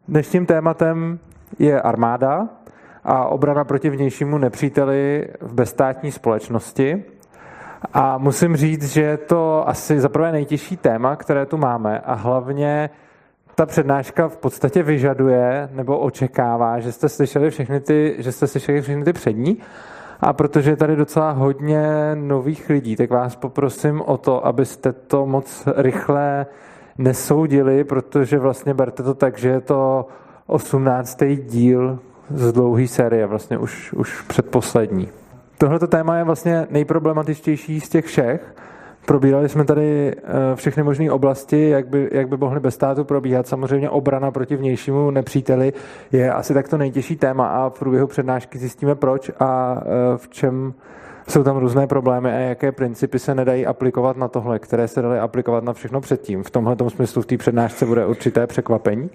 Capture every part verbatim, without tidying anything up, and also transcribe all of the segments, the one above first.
Dnešním tématem je armáda a obrana proti vnějšímu nepříteli v bezstátní společnosti. A musím říct, že je to asi zaprvé nejtěžší téma, které tu máme, a hlavně ta přednáška v podstatě vyžaduje nebo očekává, že jste slyšeli všechny ty, že jste slyšeli všechny ty přední. A protože je tady docela hodně nových lidí, tak vás poprosím o to, abyste to moc rychle nesoudili, protože vlastně berte to tak, že je to osmnáctý díl z dlouhé série, vlastně už, už předposlední. Tohleto téma je vlastně nejproblematičtější z těch všech. Probírali jsme tady všechny možné oblasti, jak by, jak by mohly bez státu probíhat. Samozřejmě obrana proti vnějšímu nepříteli je asi takto nejtěžší téma a v průběhu přednášky zjistíme proč a v čem jsou tam různé problémy a jaké principy se nedají aplikovat na tohle, které se daly aplikovat na všechno předtím. V tomhletom smyslu v té přednášce bude určité překvapení.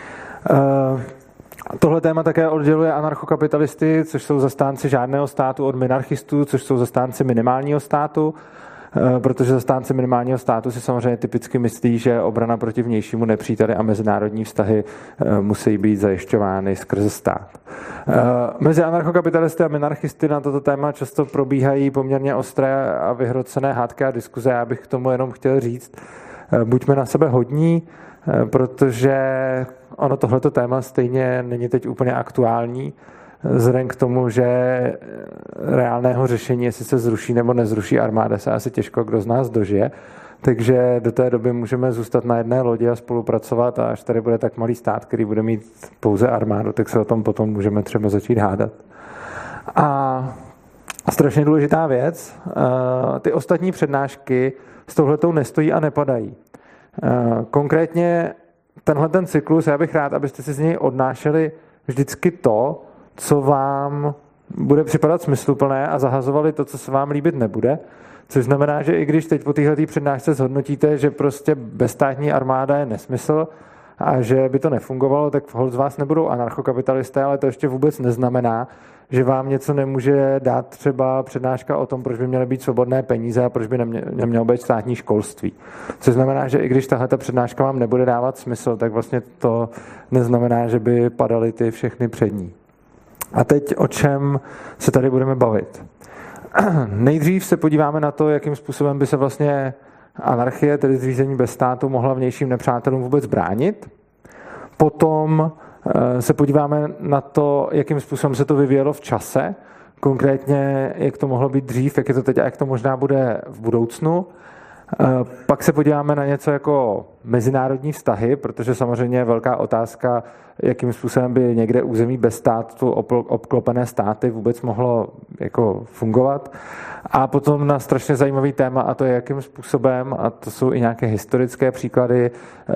Tohle téma také odděluje anarchokapitalisty, což jsou zastánci žádného státu, od minarchistů, což jsou zastánci minimálního státu, protože zastánci minimálního státu si samozřejmě typicky myslí, že obrana proti vnějšímu nepříteli a mezinárodní vztahy musí být zajišťovány skrze stát. Mezi anarchokapitalisty a minarchisty na toto téma často probíhají poměrně ostré a vyhrocené hádky a diskuze. Já bych k tomu jenom chtěl říct, buďme na sebe hodní, protože ono tohleto téma stejně není teď úplně aktuální, vzhledem k tomu, že reálného řešení, jestli se zruší nebo nezruší armáda, se asi těžko kdo z nás dožije. Takže do té doby můžeme zůstat na jedné lodi a spolupracovat, a až tady bude tak malý stát, který bude mít pouze armádu, tak se o tom potom můžeme třeba začít hádat. A strašně důležitá věc, ty ostatní přednášky s touhletou nestojí a nepadají. Konkrétně tenhle ten cyklus, já bych rád, abyste si z něj odnášeli vždycky to, co vám bude připadat smysluplné, a zahazovali to, co se vám líbit nebude. Což znamená, že i když teď po téhleté přednášce zhodnotíte, že prostě bezstátní armáda je nesmysl a že by to nefungovalo, tak holt z vás nebudou anarchokapitalisté, ale to ještě vůbec neznamená, že vám něco nemůže dát třeba přednáška o tom, proč by měly být svobodné peníze a proč by nemělo být státní školství. Což znamená, že i když tahle přednáška vám nebude dávat smysl, tak vlastně to neznamená, že by padaly ty všechny přední. A teď o čem se tady budeme bavit. Nejdřív se podíváme na to, jakým způsobem by se vlastně anarchie, tedy zřízení bez státu, mohla vnějším nepřátelům vůbec bránit. Potom se podíváme na to, jakým způsobem se to vyvíjelo v čase, konkrétně jak to mohlo být dřív, jak je to teď a jak to možná bude v budoucnu. Pak se podíváme na něco jako mezinárodní vztahy, protože samozřejmě je velká otázka, jakým způsobem by někde území bez státu, obklopené státy vůbec mohlo jako fungovat. A potom na strašně zajímavý téma, a to je, jakým způsobem, a to jsou i nějaké historické příklady,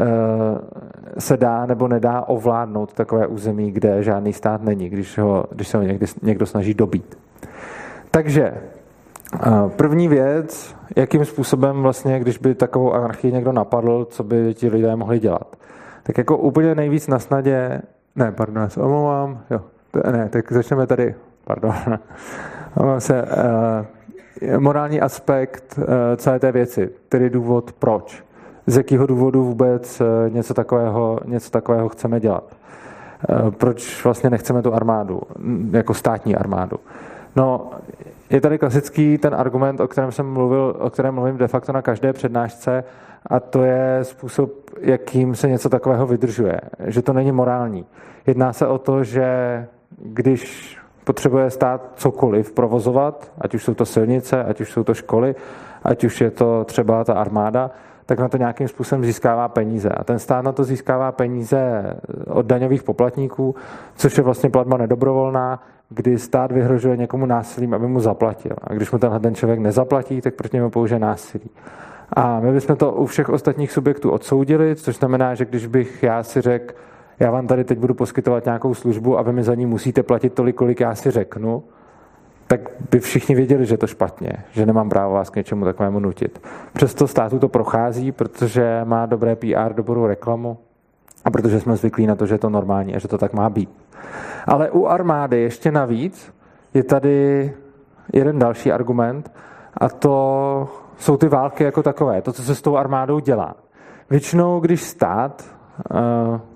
se dá nebo nedá ovládnout takové území, kde žádný stát není, když, ho, když se ho někdy, někdo snaží dobít. Takže první věc, jakým způsobem vlastně, když by takovou anarchii někdo napadl, co by ti lidé mohli dělat. Tak jako úplně nejvíc na snadě, ne, pardon, já se omlouvám, jo, ne, tak začneme tady, pardon, omlouvám se, uh, morální aspekt uh, celé té věci, tedy důvod proč, z jakého důvodu vůbec uh, něco takového, něco takového chceme dělat. Uh, proč vlastně nechceme tu armádu, jako státní armádu. No, je tady klasický ten argument, o kterém jsem mluvil, o kterém mluvím de facto na každé přednášce, a to je způsob, jakým se něco takového vydržuje. Že to není morální. Jedná se o to, že když potřebuje stát cokoliv provozovat, ať už jsou to silnice, ať už jsou to školy, ať už je to třeba ta armáda, tak na to nějakým způsobem získává peníze. A ten stát na to získává peníze od daňových poplatníků, což je vlastně platba nedobrovolná, kdy stát vyhrožuje někomu násilím, aby mu zaplatil. A když mu tenhle ten člověk nezaplatí, tak proti němu použije násilí. A my bychom to u všech ostatních subjektů odsoudili, což znamená, že když bych já si řekl, já vám tady teď budu poskytovat nějakou službu a vy mi za ní musíte platit tolik, kolik já si řeknu, tak by všichni věděli, že je to špatně, že nemám právo vás k něčemu takovému nutit. Přesto státu to prochází, protože má dobré P R, dobrou reklamu a protože jsme zvyklí na to, že je to normální a že to tak má být. Ale u armády ještě navíc je tady jeden další argument, a to jsou ty války jako takové, to, co se s tou armádou dělá. Většinou, když stát uh,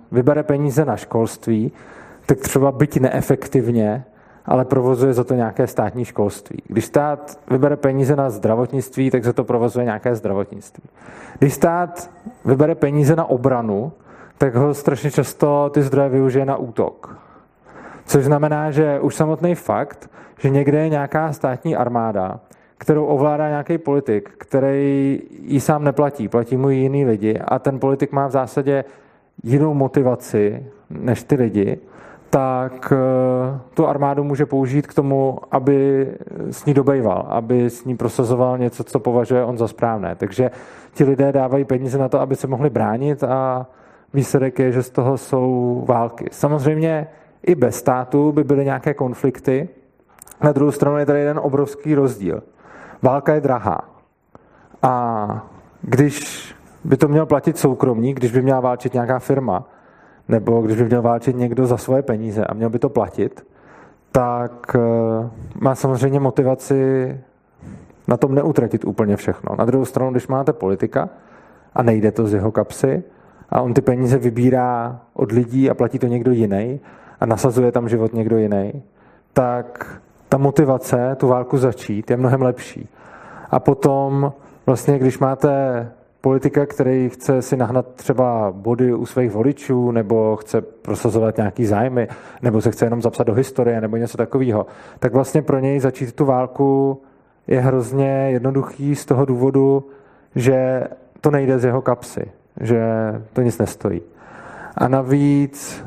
vybere peníze na školství, tak třeba byť neefektivně, ale provozuje za to nějaké státní školství. Když stát vybere peníze na zdravotnictví, tak za to provozuje nějaké zdravotnictví. Když stát vybere peníze na obranu, tak ho strašně často ty zdroje využije na útok. Což znamená, že už samotný fakt, že někde je nějaká státní armáda, kterou ovládá nějaký politik, který ji sám neplatí, platí mu jiný lidi a ten politik má v zásadě jinou motivaci než ty lidi, tak tu armádu může použít k tomu, aby s ní dobejval, aby s ní prosazoval něco, co považuje on za správné. Takže ti lidé dávají peníze na to, aby se mohli bránit a výsledek je, že z toho jsou války. Samozřejmě i bez státu by byly nějaké konflikty. Na druhou stranu je tady jeden obrovský rozdíl. Válka je drahá. A když by to měl platit soukromník, když by měla válčit nějaká firma, nebo když by měl válčit někdo za svoje peníze a měl by to platit, tak má samozřejmě motivaci na tom neutratit úplně všechno. Na druhou stranu, když máte politika a nejde to z jeho kapsy a on ty peníze vybírá od lidí a platí to někdo jiný a nasazuje tam život někdo jiný, tak ta motivace tu válku začít je mnohem lepší. A potom vlastně, když máte politika, který chce si nahnat třeba body u svých voličů, nebo chce prosazovat nějaký zájmy, nebo se chce jenom zapsat do historie, nebo něco takového, tak vlastně pro něj začít tu válku je hrozně jednoduchý z toho důvodu, že to nejde z jeho kapsy, že to nic nestojí. A navíc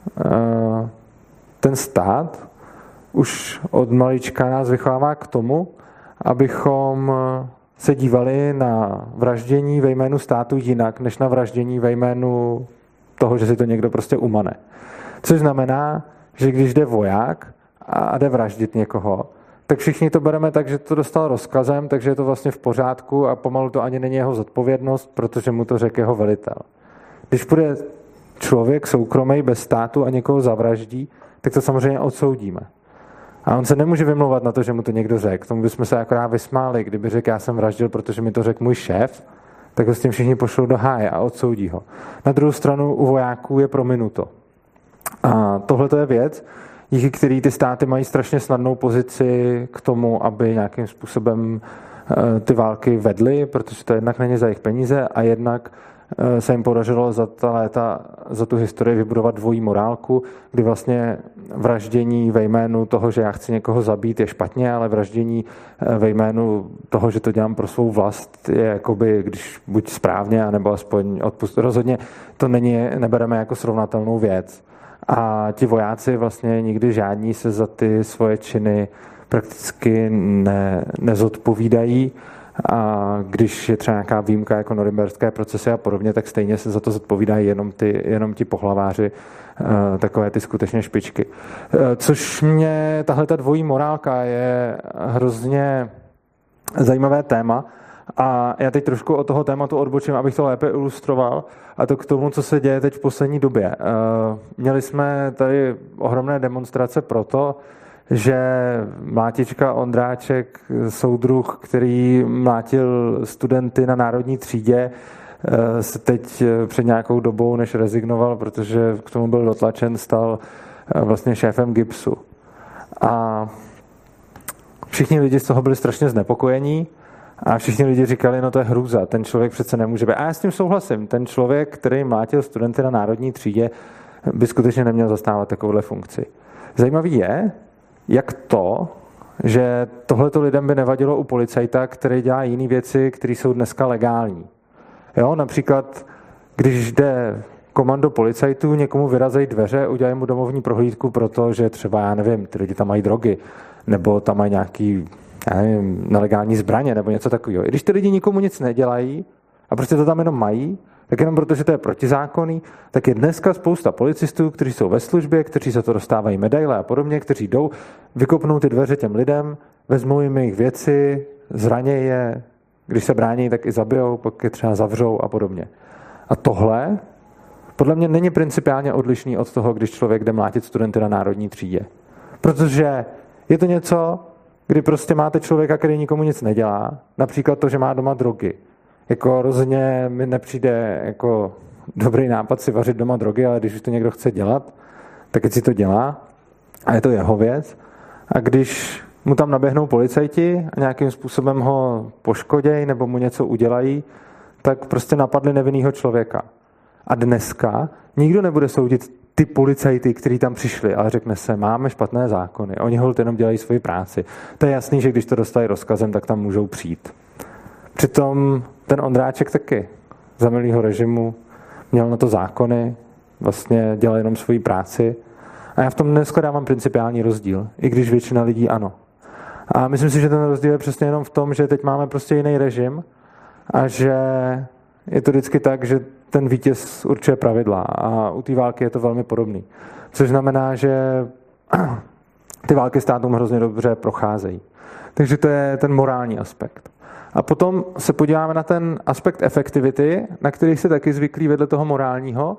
ten stát už od malička nás vychovává k tomu, abychom se dívali na vraždění ve jménu státu jinak, než na vraždění ve jménu toho, že si to někdo prostě umane. Což znamená, že když jde voják a jde vraždit někoho, tak všichni to bereme tak, že to dostal rozkazem, takže je to vlastně v pořádku a pomalu to ani není jeho zodpovědnost, protože mu to řekl jeho velitel. Když bude člověk soukromý bez státu a někoho zavraždí, tak to samozřejmě odsoudíme. A on se nemůže vymlouvat na to, že mu to někdo řekl. Tomu bychom se akorát vysmáli, kdyby řekl, já jsem vraždil, protože mi to řekl můj šéf, tak ho s tím všichni pošlou do háje a odsoudí ho. Na druhou stranu u vojáků je prominuto. A tohle to je věc, díky který ty státy mají strašně snadnou pozici k tomu, aby nějakým způsobem ty války vedly, protože to jednak není za jejich peníze a jednak se jim podařilo za ta léta, za tu historii vybudovat dvojí morálku, kdy vlastně vraždění ve jménu toho, že já chci někoho zabít, je špatně, ale vraždění ve jménu toho, že to dělám pro svou vlast, je jakoby, když buď správně, anebo aspoň odpust. Rozhodně to není, nebereme jako srovnatelnou věc. A ti vojáci vlastně nikdy žádní se za ty svoje činy prakticky ne, nezodpovídají. A když je třeba nějaká výjimka jako norimberské procesy a podobně, tak stejně se za to zodpovídají jenom, ty, jenom ti pohlaváři, takové ty skutečně špičky. Což mě, tahle ta dvojí morálka je hrozně zajímavé téma a já teď trošku od toho tématu odbočím, abych to lépe ilustroval, a to k tomu, co se děje teď v poslední době. Měli jsme tady ohromné demonstrace proto, že mlátička Ondráček, soudruh, který mlátil studenty na národní třídě, se teď před nějakou dobou, než rezignoval, protože k tomu byl dotlačen, stal vlastně šéfem GIBSu. A všichni lidi z toho byli strašně znepokojení a všichni lidi říkali, no to je hrůza, ten člověk přece nemůže být. A já s tím souhlasím, ten člověk, který mlátil studenty na národní třídě, by skutečně neměl zastávat takovouhle funkci. Zajímavý je, jak to, že tohleto lidem by nevadilo u policajta, který dělá jiné věci, které jsou dneska legální. Jo, například, když jde komando policajtů, někomu vyrazejí dveře, udělají mu domovní prohlídku, protože třeba, já nevím, ty lidi tam mají drogy, nebo tam mají nějaký, já nevím, nelegální zbraně, nebo něco takového. I když ty lidi nikomu nic nedělají a prostě to tam jenom mají, tak jenom protože to je protizákonný, tak je dneska spousta policistů, kteří jsou ve službě, kteří za to dostávají medaile a podobně, kteří jdou, vykopnou ty dveře těm lidem, vezmou jim jejich věci, zranějí je, když se brání, tak i zabijou, pak je třeba zavřou a podobně. A tohle podle mě není principiálně odlišný od toho, když člověk jde mlátit studenty na národní třídě. Protože je to něco, kdy prostě máte člověka, který nikomu nic nedělá, například to, že má doma drogy. Jako rozhodně mi nepřijde jako dobrý nápad si vařit doma drogy, ale když už to někdo chce dělat, tak ať si to dělá a je to jeho věc. A když mu tam naběhnou policajti a nějakým způsobem ho poškodějí nebo mu něco udělají, tak prostě napadli nevinného člověka. A dneska nikdo nebude soudit ty policajty, kteří tam přišli, ale řekne se, máme špatné zákony, oni holt jenom dělají svoji práci. To je jasný, že když to dostali rozkazem, tak tam můžou přijít. Přitom ten Ondráček taky za milýho režimu měl na to zákony, vlastně dělal jenom svoji práci. A já v tom dneska dávám principiální rozdíl, i když většina lidí ano. A myslím si, že ten rozdíl je přesně jenom v tom, že teď máme prostě jiný režim a že je to vždycky tak, že ten vítěz určuje pravidla a u té války je to velmi podobný. Což znamená, že ty války státům hrozně dobře procházejí. Takže to je ten morální aspekt. A potom se podíváme na ten aspekt efektivity, na který se taky zvyklí vedle toho morálního.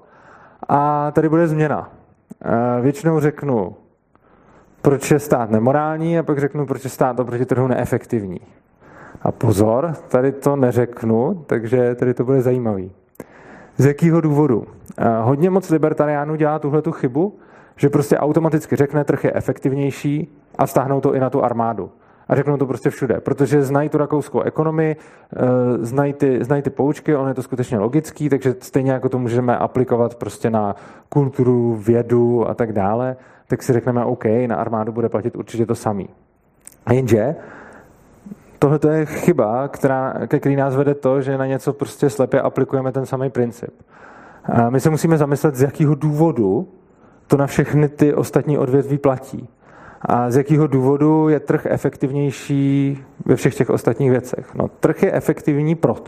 A tady bude změna. Většinou řeknu, proč je stát nemorální, a pak řeknu, proč je stát oproti trhu neefektivní. A pozor, tady to neřeknu, takže tady to bude zajímavý. Z jakého důvodu? Hodně moc libertariánů dělá tuhletu chybu, že prostě automaticky řekne, trh je efektivnější a stáhnou to i na tu armádu. A řeknou to prostě všude, protože znají tu rakouskou ekonomii, znají ty, znají ty poučky, on je to skutečně logický, takže stejně jako to můžeme aplikovat prostě na kulturu, vědu a tak dále, tak si řekneme, OK, na armádu bude platit určitě to samý. Jenže tohle to je chyba, která, ke který nás vede to, že na něco prostě slepě aplikujeme ten samý princip. A my se musíme zamyslet, z jakého důvodu to na všechny ty ostatní odvětví platí. A z jakého důvodu je trh efektivnější ve všech těch ostatních věcech? No, trh je efektivní proto,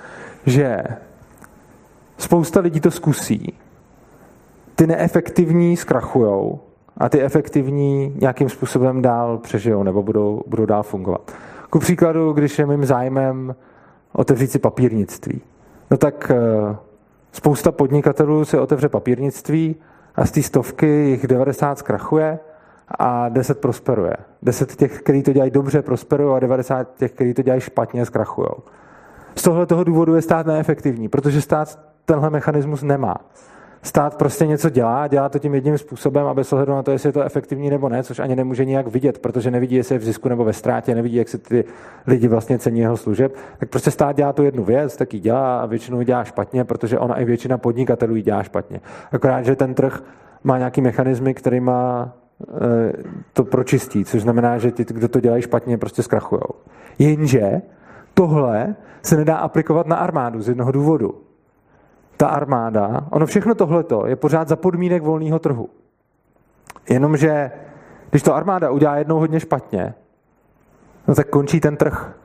že spousta lidí to zkusí, ty neefektivní zkrachujou a ty efektivní nějakým způsobem dál přežijou nebo budou, budou dál fungovat. Ku příkladu, když je mým zájmem otevřít si papírnictví, no tak spousta podnikatelů si otevře papírnictví a z té stovky jich devadesát zkrachuje a deset prosperuje. deset těch, kteří to dělají dobře, prosperují a devadesát těch, kteří to dělají špatně, zkrachují. Z tohle toho důvodu je stát neefektivní, protože stát tenhle mechanismus nemá. Stát prostě něco dělá, dělá to tím jedním způsobem a bez ohledu na to, jestli je to efektivní nebo ne, což ani nemůže nijak vidět, protože nevidí, jestli je v zisku nebo ve ztrátě, nevidí, jak se ty lidi vlastně cení jeho služeb, tak prostě stát dělá tu jednu věc, tak ji dělá a většinou ji dělá špatně, protože ona i většina podnikatelů ji dělá špatně. Akorát, že ten trh má nějaký mechanismy, který má to pročistí, což znamená, že ti, kdo to dělají špatně, prostě zkrachujou. Jenže tohle se nedá aplikovat na armádu z jednoho důvodu. Ta armáda, ono všechno tohleto je pořád za podmínek volného trhu. Jenomže, když to armáda udělá jednou hodně špatně, no tak končí ten trh.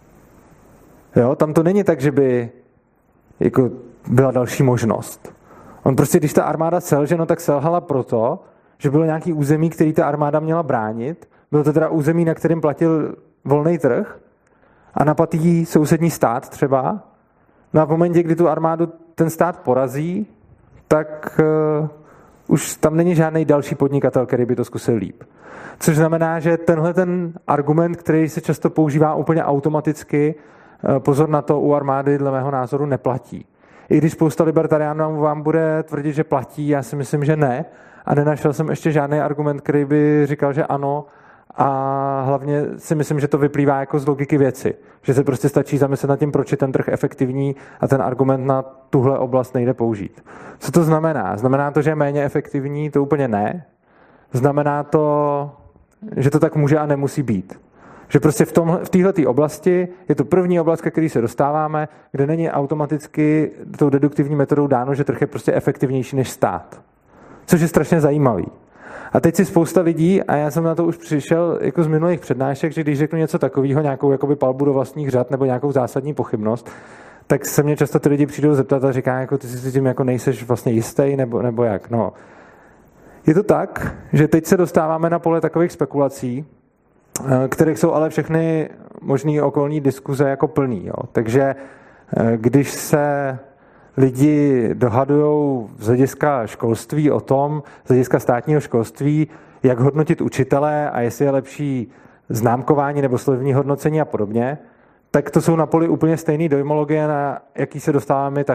Jo, tam to není tak, že by jako byla další možnost. On prostě, když ta armáda selže, no tak selhala proto, že bylo nějaký území, který ta armáda měla bránit. Bylo to teda území, na kterém platil volný trh a napad jí sousední stát třeba. No a v momentě, kdy tu armádu ten stát porazí, tak uh, už tam není žádný další podnikatel, který by to zkusil líp. Což znamená, že tenhle ten argument, který se často používá úplně automaticky, uh, pozor na to, u armády dle mého názoru neplatí. I když spousta libertariánů vám bude tvrdit, že platí, já si myslím, že ne. A nenašel jsem ještě žádný argument, který by říkal, že ano. A hlavně si myslím, že to vyplývá jako z logiky věci. Že se prostě stačí zamyslet nad tím, proč je ten trh efektivní a ten argument na tuhle oblast nejde použít. Co to znamená? Znamená to, že je méně efektivní? To úplně ne. Znamená to, že to tak může a nemusí být. Že prostě v, tomhle, v této oblasti je to první oblast, ke který se dostáváme, kde není automaticky tou deduktivní metodou dáno, že trh je prostě efektivnější než stát. Což je strašně zajímavý. A teď si spousta lidí, a já jsem na to už přišel jako z minulých přednášek, že když řeknu něco takového, nějakou jakoby palbu do vlastních řad nebo nějakou zásadní pochybnost, tak se mě často ty lidi přijdou zeptat a říká, jako ty si tím jako nejseš vlastně jistý, nebo, nebo jak. No. Je to tak, že teď se dostáváme na pole takových spekulací, kterých jsou ale všechny možný okolní diskuze jako plný. Jo. Takže když se lidi dohadujou z hlediska školství o tom, z hlediska státního školství, jak hodnotit učitele a jestli je lepší známkování nebo slovní hodnocení a podobně, tak to jsou na poli úplně stejné dojmologie, na jaký se dostáváme taky.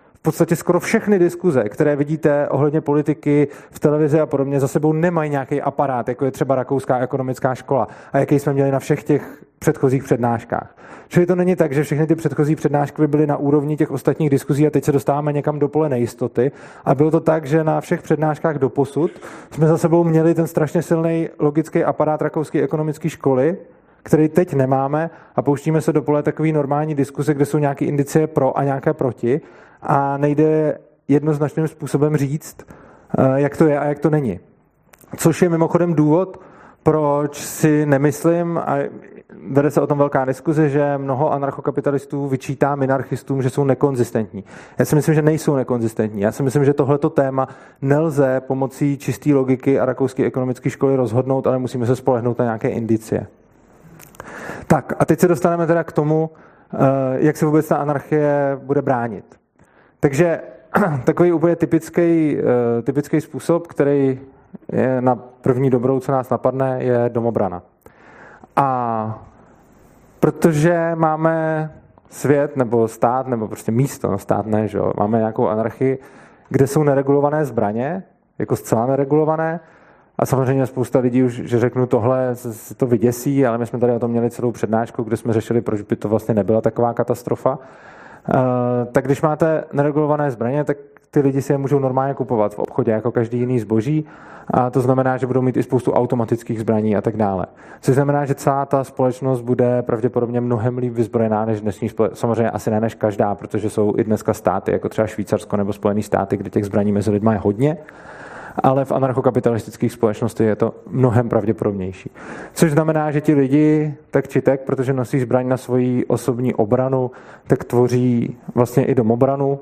v podstatě skoro všechny diskuze, které vidíte ohledně politiky v televizi a podobně, za sebou nemají nějaký aparát, jako je třeba Rakouská ekonomická škola a jaký jsme měli na všech těch předchozích přednáškách. Čili to není tak, že všechny ty předchozí přednášky by byly na úrovni těch ostatních diskuzí a teď se dostáváme někam do pole nejistoty. A bylo to tak, že na všech přednáškách doposud jsme za sebou měli ten strašně silný logický aparát Rakouské ekonomické školy, který teď nemáme a pouštíme se do pole takový normální diskuse, kde jsou nějaké indicie pro a nějaké proti a nejde jednoznačným způsobem říct, jak to je a jak to není. Což je mimochodem důvod, proč si nemyslím, a vede se o tom velká diskuze, že mnoho anarchokapitalistů vyčítá minarchistům, že jsou nekonzistentní. Já si myslím, že nejsou nekonzistentní. Já si myslím, že tohleto téma nelze pomocí čisté logiky a rakouské ekonomické školy rozhodnout, ale musíme se spolehnout na nějaké indicie. Tak a teď se dostaneme teda k tomu, jak se vůbec ta anarchie bude bránit. Takže takový úplně typický, typický způsob, který je na první dobrou, co nás napadne, je domobrana. A protože máme svět nebo stát, nebo prostě místo, no stát ne, že jo, máme nějakou anarchii, kde jsou neregulované zbraně, jako zcela neregulované, a samozřejmě spousta lidí už, že řeknu tohle, se to vyděsí, ale my jsme tady o tom měli celou přednášku, kde jsme řešili, proč by to vlastně nebyla taková katastrofa. Tak když máte neregulované zbraně, tak ty lidi si je můžou normálně kupovat v obchodě, jako každý jiný zboží, a to znamená, že budou mít i spoustu automatických zbraní a tak dále. Což znamená, že celá ta společnost bude pravděpodobně mnohem líp vyzbrojená než dnešní společnost. Samozřejmě asi ne než každá, protože jsou i dneska státy, jako třeba Švýcarsko nebo Spojené státy, kde těch zbraní mezi lidmi je hodně, ale v anarchokapitalistických společnostech je to mnohem pravděpodobnější. Což znamená, že ti lidi tak či tak, protože nosí zbraň na svoji osobní obranu, tak tvoří vlastně i domobranu,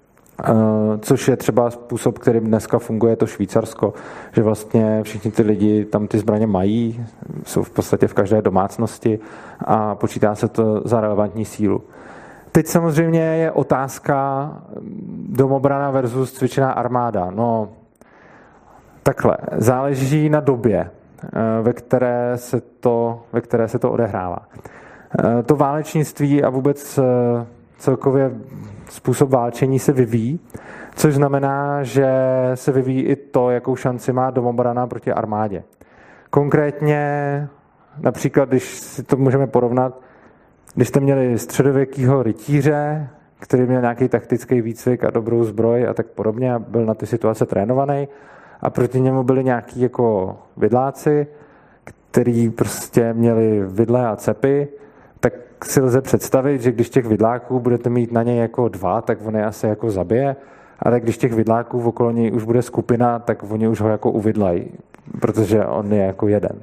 což je třeba způsob, kterým dneska funguje to Švýcarsko, že vlastně všichni ty lidi tam ty zbraně mají, jsou v podstatě v každé domácnosti a počítá se to za relevantní sílu. Teď samozřejmě je otázka domobrana versus cvičená armáda. No, takhle, záleží na době, ve které se to, ve které se to odehrává. To válečnictví a vůbec celkově způsob válčení se vyvíjí, což znamená, že se vyvíjí i to, jakou šanci má domobrana proti armádě. Konkrétně, například, když si to můžeme porovnat, když jste měli středověkýho rytíře, který měl nějaký taktický výcvik a dobrou zbroj a tak podobně a byl na ty situace trénovaný, a proti němu byli nějaký jako vidláci, který prostě měli vidle a cepy, tak si lze představit, že když těch vidláků budete mít na něj jako dva, tak on je asi jako zabije, ale když těch vidláků v okolo něj už bude skupina, tak oni už ho jako uvidlají, protože on je jako jeden.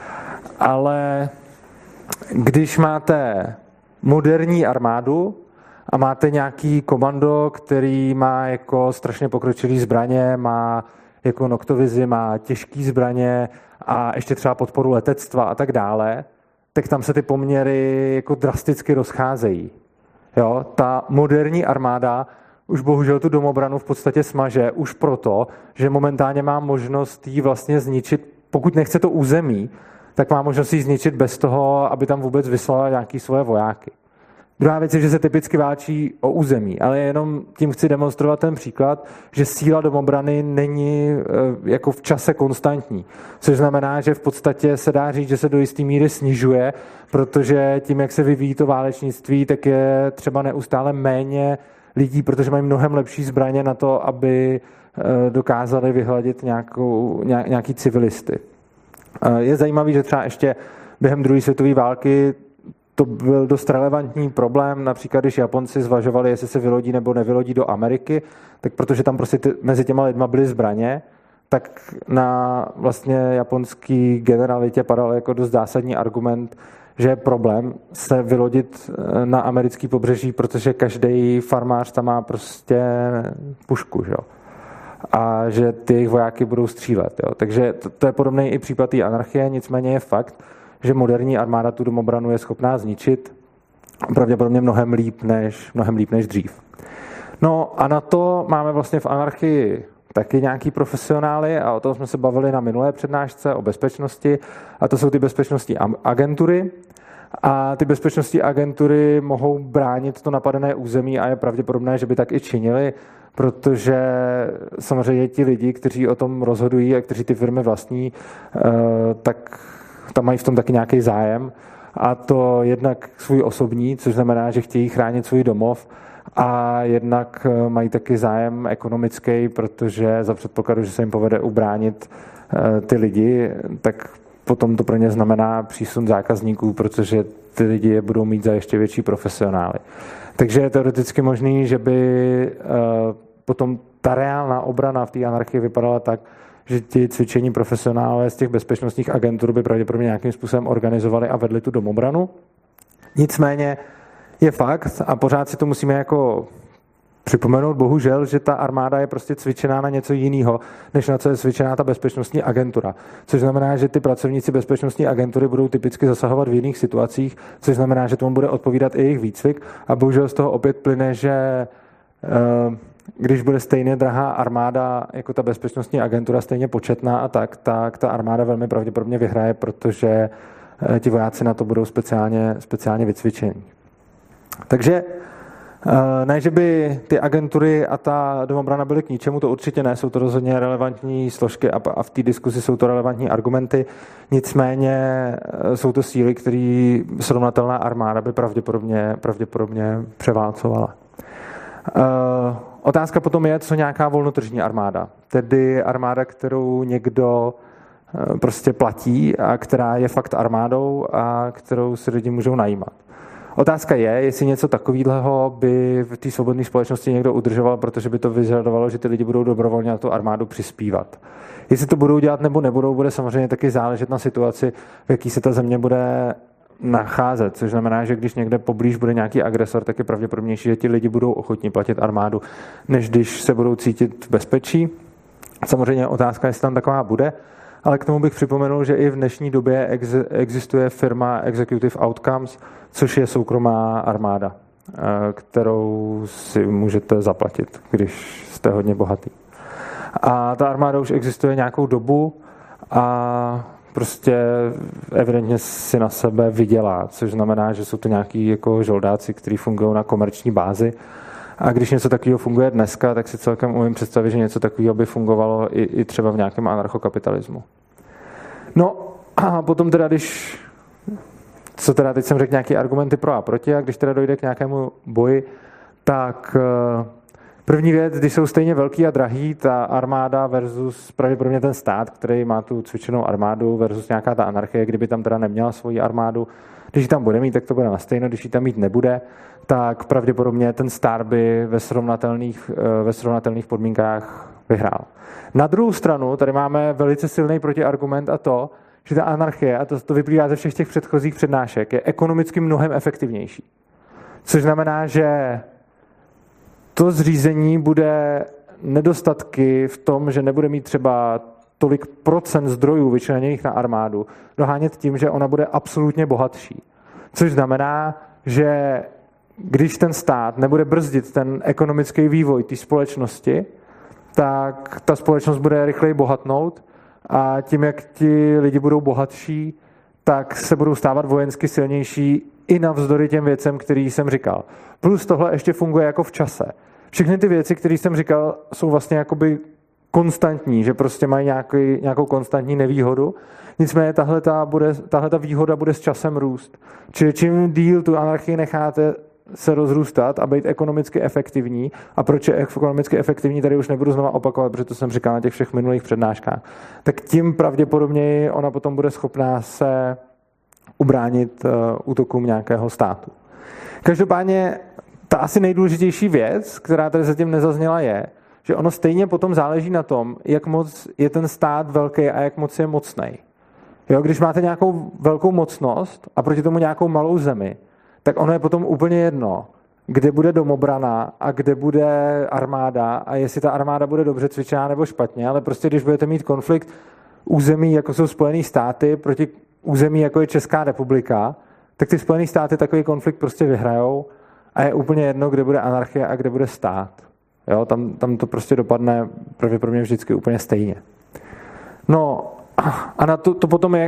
Ale když máte moderní armádu a máte nějaký komando, který má jako strašně pokročilý zbraně, má jako noktovizi, má těžký zbraně a ještě třeba podporu letectva a tak dále, tak tam se ty poměry jako drasticky rozcházejí. Jo? Ta moderní armáda už bohužel tu domobranu v podstatě smaže už proto, že momentálně má možnost jí vlastně zničit, pokud nechce to území, tak má možnost jí zničit bez toho, aby tam vůbec vyslala nějaký svoje vojáky. Druhá věc je, že se typicky válčí o území, ale jenom tím chci demonstrovat ten příklad, že síla domobrany není jako v čase konstantní, což znamená, že v podstatě se dá říct, že se do jisté míry snižuje, protože tím, jak se vyvíjí to válečnictví, tak je třeba neustále méně lidí, protože mají mnohem lepší zbraně na to, aby dokázali vyhladit nějakou, nějaký civilisty. Je zajímavý, že třeba ještě během druhé světové války to byl dost relevantní problém, například když Japonci zvažovali, jestli se vylodí nebo nevylodí do Ameriky, tak protože tam prostě ty, mezi těma lidma byly zbraně, tak na vlastně japonský generalitě padal jako dost zásadní argument, že je problém se vylodit na americký pobřeží, protože každý farmář tam má prostě pušku, že? A že ty jejich vojáky budou střílet. Jo? Takže to, to je podobný i případ té anarchie, nicméně je fakt, že moderní armáda tu domobranu je schopná zničit pravděpodobně mnohem líp než, mnohem líp než dřív. No a na to máme vlastně v anarchii taky nějaký profesionály a o tom jsme se bavili na minulé přednášce o bezpečnosti a to jsou ty bezpečnostní agentury A ty bezpečnostní agentury mohou bránit to napadené území a je pravděpodobné, že by tak i činili, protože samozřejmě ti lidi, kteří o tom rozhodují a kteří ty firmy vlastní, tak tam mají v tom taky nějaký zájem. A to jednak svůj osobní, což znamená, že chtějí chránit svůj domov, a jednak mají taky zájem ekonomický, protože za předpokladu, že se jim povede ubránit ty lidi, tak potom to pro ně znamená přísun zákazníků, protože ty lidi je budou mít za ještě větší profesionály. Takže je teoreticky možný, že by potom ta reálná obrana v té anarchii vypadala tak, že ti cvičení profesionálové z těch bezpečnostních agentur by pravděpodobně nějakým způsobem organizovali a vedli tu domobranu. Nicméně je fakt, a pořád si to musíme jako připomenout, bohužel, že ta armáda je prostě cvičená na něco jiného, než na co je cvičená ta bezpečnostní agentura. Což znamená, že ty pracovníci bezpečnostní agentury budou typicky zasahovat v jiných situacích, což znamená, že tomu bude odpovídat i jejich výcvik. A bohužel z toho opět plyne, že když bude stejně drahá armáda jako ta bezpečnostní agentura, stejně početná a tak, tak ta armáda velmi pravděpodobně vyhraje, protože ti vojáci na to budou speciálně, speciálně vycvičení. Takže ne, že by ty agentury a ta domobrana byly k ničemu, to určitě ne, jsou to rozhodně relevantní složky a v té diskuzi jsou to relevantní argumenty, nicméně jsou to síly, které srovnatelná armáda by pravděpodobně, pravděpodobně převálcovala. Otázka potom je, co nějaká volnotržní armáda, tedy armáda, kterou někdo prostě platí a která je fakt armádou a kterou si lidi můžou najímat. Otázka je, jestli něco takového by v té svobodné společnosti někdo udržoval, protože by to vyžadovalo, že ty lidi budou dobrovolně na tu armádu přispívat. Jestli to budou dělat nebo nebudou, bude samozřejmě taky záležet na situaci, v jaký se ta země bude nacházet, což znamená, že když někde poblíž bude nějaký agresor, tak je pravděpodobnější, že ti lidi budou ochotní platit armádu, než když se budou cítit v bezpečí. Samozřejmě otázka, jestli tam taková bude, ale k tomu bych připomenul, že i v dnešní době ex- existuje firma Executive Outcomes, což je soukromá armáda, kterou si můžete zaplatit, když jste hodně bohatý. A ta armáda už existuje nějakou dobu a prostě evidentně si na sebe vydělá, což znamená, že jsou to nějaký jako žoldáci, kteří fungují na komerční bázi. A když něco takového funguje dneska, tak si celkem umím představit, že něco takového by fungovalo i, i třeba v nějakém anarchokapitalismu. No a potom teda, když, co teda teď jsem řekl nějaké argumenty pro a proti, a když teda dojde k nějakému boji, tak první věc, když jsou stejně velký a drahý, ta armáda versus pravděpodobně ten stát, který má tu cvičenou armádu versus nějaká ta anarchie, kdyby tam teda neměla svoji armádu, když ji tam bude mít, tak to bude nastejno, když ji tam mít nebude, tak pravděpodobně ten stát by ve srovnatelných, ve srovnatelných podmínkách vyhrál. Na druhou stranu tady máme velice silný protiargument a to, že ta anarchie, a to, to vyplývá ze všech těch předchozích přednášek, je ekonomicky mnohem efektivnější. Což znamená, že to zřízení bude nedostatky v tom, že nebude mít třeba tolik procent zdrojů vyčleněných na armádu, dohánět tím, že ona bude absolutně bohatší. Což znamená, že když ten stát nebude brzdit ten ekonomický vývoj té společnosti, tak ta společnost bude rychleji bohatnout a tím, jak ti lidi budou bohatší, tak se budou stávat vojensky silnější i navzdory těm věcem, který jsem říkal. Plus tohle ještě funguje jako v čase. Všechny ty věci, které jsem říkal, jsou vlastně jakoby konstantní, že prostě mají nějaký, nějakou konstantní nevýhodu. Nicméně tahle ta, bude, tahle ta výhoda bude s časem růst. Čili čím díl tu anarchii necháte se rozrůstat a být ekonomicky efektivní, a proč je ekonomicky efektivní, tady už nebudu znova opakovat, protože to jsem říkal na těch všech minulých přednáškách, tak tím pravděpodobněji ona potom bude schopná se ubránit uh, útokům nějakého státu. Každopádně ta asi nejdůležitější věc, která tady zatím nezazněla, je, že ono stejně potom záleží na tom, jak moc je ten stát velký a jak moc je mocnej. Jo, když máte nějakou velkou mocnost a proti tomu nějakou malou zemi, tak ono je potom úplně jedno, kde bude domobrana a kde bude armáda a jestli ta armáda bude dobře cvičená nebo špatně, ale prostě když budete mít konflikt území, jako jsou Spojené státy, proti území, jako je Česká republika, tak ty Spojené státy takový konflikt prostě vyhrajou a je úplně jedno, kde bude anarchie a kde bude stát. Jo, tam, tam to prostě dopadne pravděpodobně vždycky úplně stejně. No a na to, to potom je,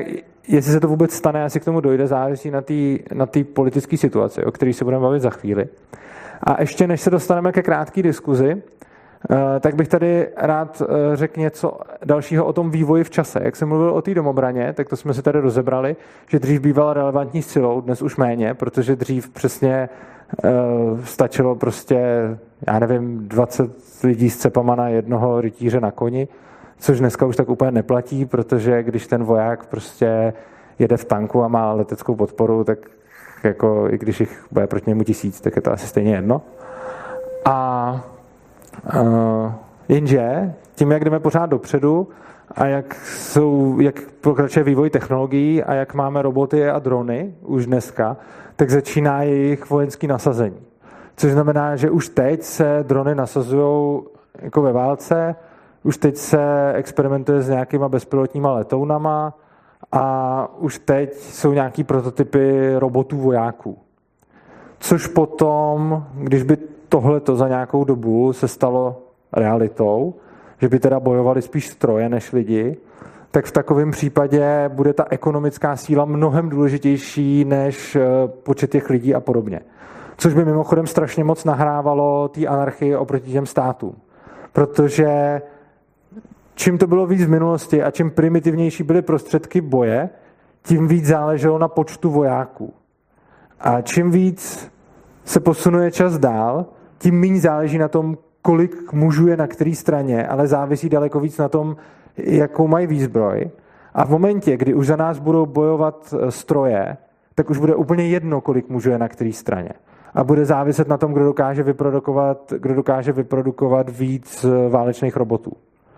jestli se to vůbec stane, asi k tomu dojde, závisí na té na té politické situaci, o které se budeme bavit za chvíli. A ještě než se dostaneme ke krátké diskuzi, tak bych tady rád řekl něco dalšího o tom vývoji v čase. Jak jsem mluvil o té domobraně, tak to jsme si tady rozebrali, že dřív bývala relevantní silou, dnes už méně, protože dřív přesně stačilo prostě, já nevím, dvacet lidí s cepama na jednoho rytíře na koni, což dneska už tak úplně neplatí, protože když ten voják prostě jede v tanku a má leteckou podporu, tak jako i když jich bude proti němu tisíc, tak je to asi stejně jedno. A uh, jenže tím, jak jdeme pořád dopředu a jak, jsou, jak pokračuje vývoj technologií a jak máme roboty a drony už dneska, tak začíná jejich vojenský nasazení. Což znamená, že už teď se drony nasazují jako ve válce, už teď se experimentuje s nějakýma bezpilotníma letounama a už teď jsou nějaký prototypy robotů vojáků. Což potom, když by tohleto za nějakou dobu se stalo realitou, že by teda bojovali spíš stroje než lidi, tak v takovém případě bude ta ekonomická síla mnohem důležitější než počet těch lidí a podobně. Což by mimochodem strašně moc nahrávalo té anarchii oproti těm státům. Protože čím to bylo víc v minulosti a čím primitivnější byly prostředky boje, tím víc záleželo na počtu vojáků. A čím víc se posunuje čas dál, tím méně záleží na tom, kolik mužů je na které straně, ale závisí daleko víc na tom, jakou mají výzbroj. A v momentě, kdy už za nás budou bojovat stroje, tak už bude úplně jedno, kolik mužů je na které straně. A bude záviset na tom, kdo dokáže vyprodukovat, kdo dokáže vyprodukovat víc válečných robotů.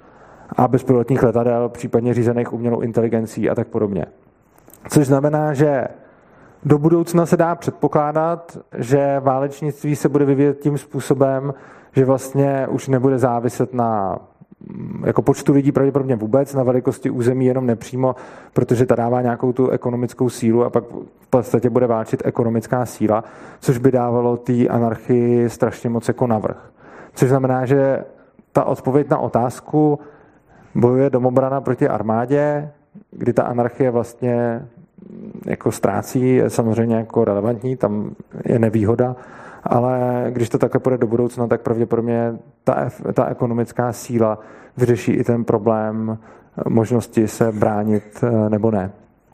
A bezpilotních letadel, případně řízených umělou inteligencí a tak podobně. Což znamená, že do budoucna se dá předpokládat, že válečnictví se bude vyvíjet tím způsobem, že vlastně už nebude záviset na jako počtu lidí pravděpodobně vůbec, na velikosti území jenom nepřímo, protože ta dává nějakou tu ekonomickou sílu a pak v podstatě bude válčit ekonomická síla, což by dávalo té anarchii strašně moc jako navrch. Což znamená, že ta odpověď na otázku bojuje domobrana proti armádě, kdy ta anarchie vlastně jako ztrácí, je samozřejmě jako relevantní, tam je nevýhoda, ale když to takhle půjde do budoucna, tak pravděpodobně ta, ta ekonomická síla vyřeší i ten problém možnosti se bránit nebo ne.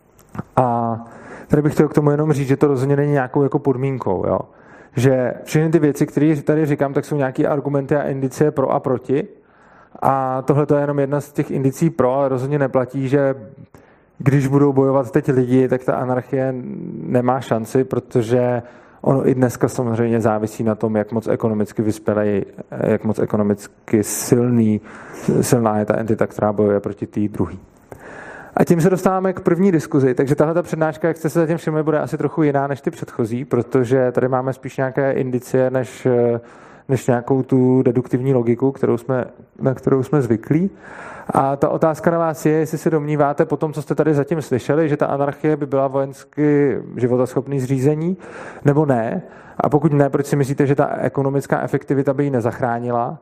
A tady bych chtěl k tomu jenom říct, že to rozhodně není nějakou jako podmínkou, jo? Že všechny ty věci, které tady říkám, tak jsou nějaké argumenty a indicie pro a proti. A tohle to je jenom jedna z těch indicí pro, ale rozhodně neplatí, že když budou bojovat teď lidi, tak ta anarchie nemá šanci, protože ono i dneska samozřejmě závisí na tom, jak moc ekonomicky vyspělej, jak moc ekonomicky silný, silná je ta entita, která bojuje proti té druhé. A tím se dostáváme k první diskuzi, takže tahle ta přednáška, jak jste se zatím všimli, bude asi trochu jiná než ty předchozí, protože tady máme spíš nějaké indicie než, než nějakou tu deduktivní logiku, kterou jsme, na kterou jsme zvyklí. A ta otázka na vás je, jestli si domníváte po tom, co jste tady zatím slyšeli, že ta anarchie by byla vojensky životaschopný zřízení, nebo ne. A pokud ne, proč si myslíte, že ta ekonomická efektivita by ji nezachránila?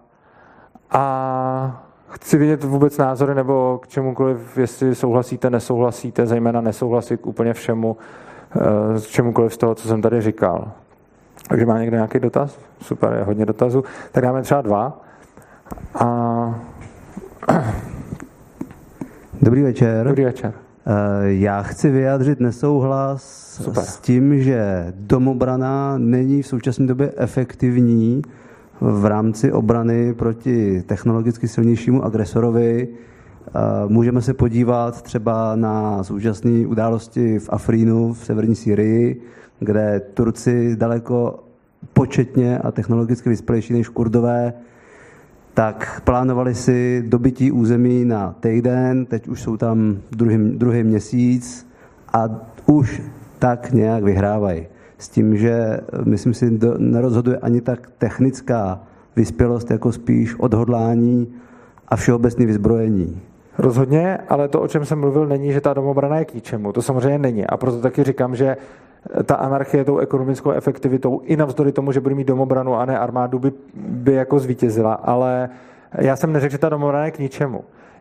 A chci vidět vůbec názory nebo k čemukoliv, jestli souhlasíte, nesouhlasíte, zejména nesouhlasit k úplně všemu, k čemukoliv z toho, co jsem tady říkal. Takže má někdo nějaký dotaz? Super, je hodně dotazů. Tak dáme třeba dva. A... Dobrý večer. Dobrý večer. Já chci vyjádřit nesouhlas Super. s tím, že domobrana není v současné době efektivní v rámci obrany proti technologicky silnějšímu agresorovi. Můžeme se podívat třeba na současné události v Afrínu, v severní Sýrii, kde Turci daleko početně a technologicky vyspělejší než Kurdové, tak plánovali si dobytí území na týden, teď už jsou tam druhý, druhý měsíc a už tak nějak vyhrávají. S tím, že myslím si, do, nerozhoduje ani tak technická vyspělost, jako spíš odhodlání a všeobecné vyzbrojení. Rozhodně, ale to, o čem jsem mluvil, není, že ta domobrana je k ničemu. To samozřejmě není. A proto taky říkám, že ta anarchie tou ekonomickou efektivitou i navzdory tomu, že bude mít domobranu a ne armádu, by, by jako zvítězila. Ale já jsem neřekl, že ta domobrana je k ničemu.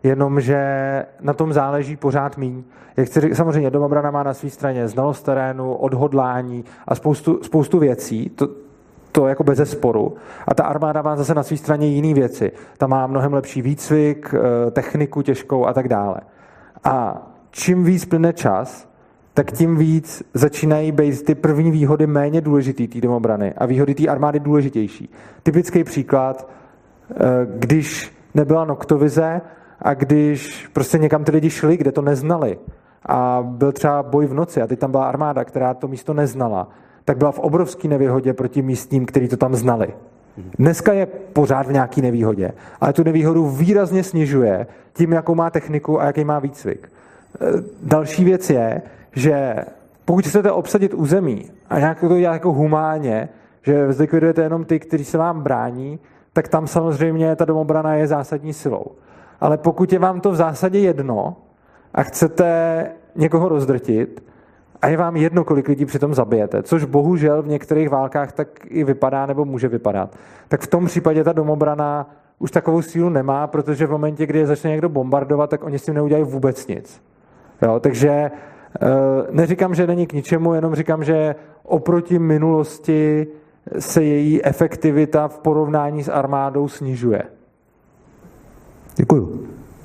jenomže na tom záleží pořád míň. Jak chci říct, samozřejmě domobrana má na své straně znalost terénu, odhodlání a spoustu, spoustu věcí, to, to jako bez zesporu. A ta armáda má zase na své straně jiné věci. Ta má mnohem lepší výcvik, techniku těžkou a tak dále. A čím víc plyne čas, tak tím víc začínají být ty první výhody méně důležitý té domobrany a výhody té armády důležitější. Typický příklad, když nebyla noktovize a když prostě někam ty lidi šli, kde to neznali a byl třeba boj v noci a teď tam byla armáda, která to místo neznala, tak byla v obrovské nevýhodě proti místním, kteří to tam znali. Dneska je pořád v nějaké nevýhodě, ale tu nevýhodu výrazně snižuje tím, jakou má techniku a jaký má výcvik. Další věc je, že pokud chcete obsadit území a nějak to dělat jako humánně, že zlikvidujete jenom ty, kteří se vám brání, tak tam samozřejmě ta domobrana je zásadní silou. Ale pokud je vám to v zásadě jedno a chcete někoho rozdrtit a je vám jedno, kolik lidí přitom zabijete, což bohužel v některých válkách tak i vypadá nebo může vypadat, tak v tom případě ta domobrana už takovou sílu nemá, protože v momentě, kdy je začne někdo bombardovat, tak oni s tím neudělají vůbec nic. Jo, takže neříkám, že není k ničemu, jenom říkám, že oproti minulosti se její efektivita v porovnání s armádou snižuje. Děkuju.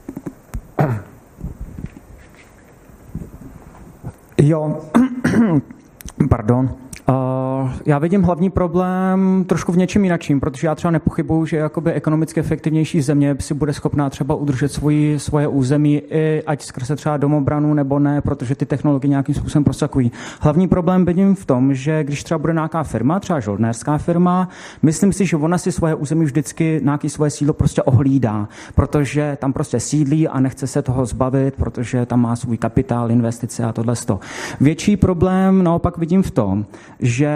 Jo, pardon. Uh, já vidím hlavní problém trošku v něčem jinačím, protože já třeba nepochybuju, že jakoby ekonomicky efektivnější země si bude schopná třeba udržet svoji, svoje území, i ať skrze třeba domobranu nebo ne, protože ty technologie nějakým způsobem prosakují. Hlavní problém vidím v tom, že když třeba bude nějaká firma, třeba žoldnérská firma, myslím si, že ona si svoje území vždycky nějaký svoje sídlo prostě ohlídá, protože tam prostě sídlí a nechce se toho zbavit, protože tam má svůj kapitál, investice a tohle. Větší problém naopak vidím v tom, že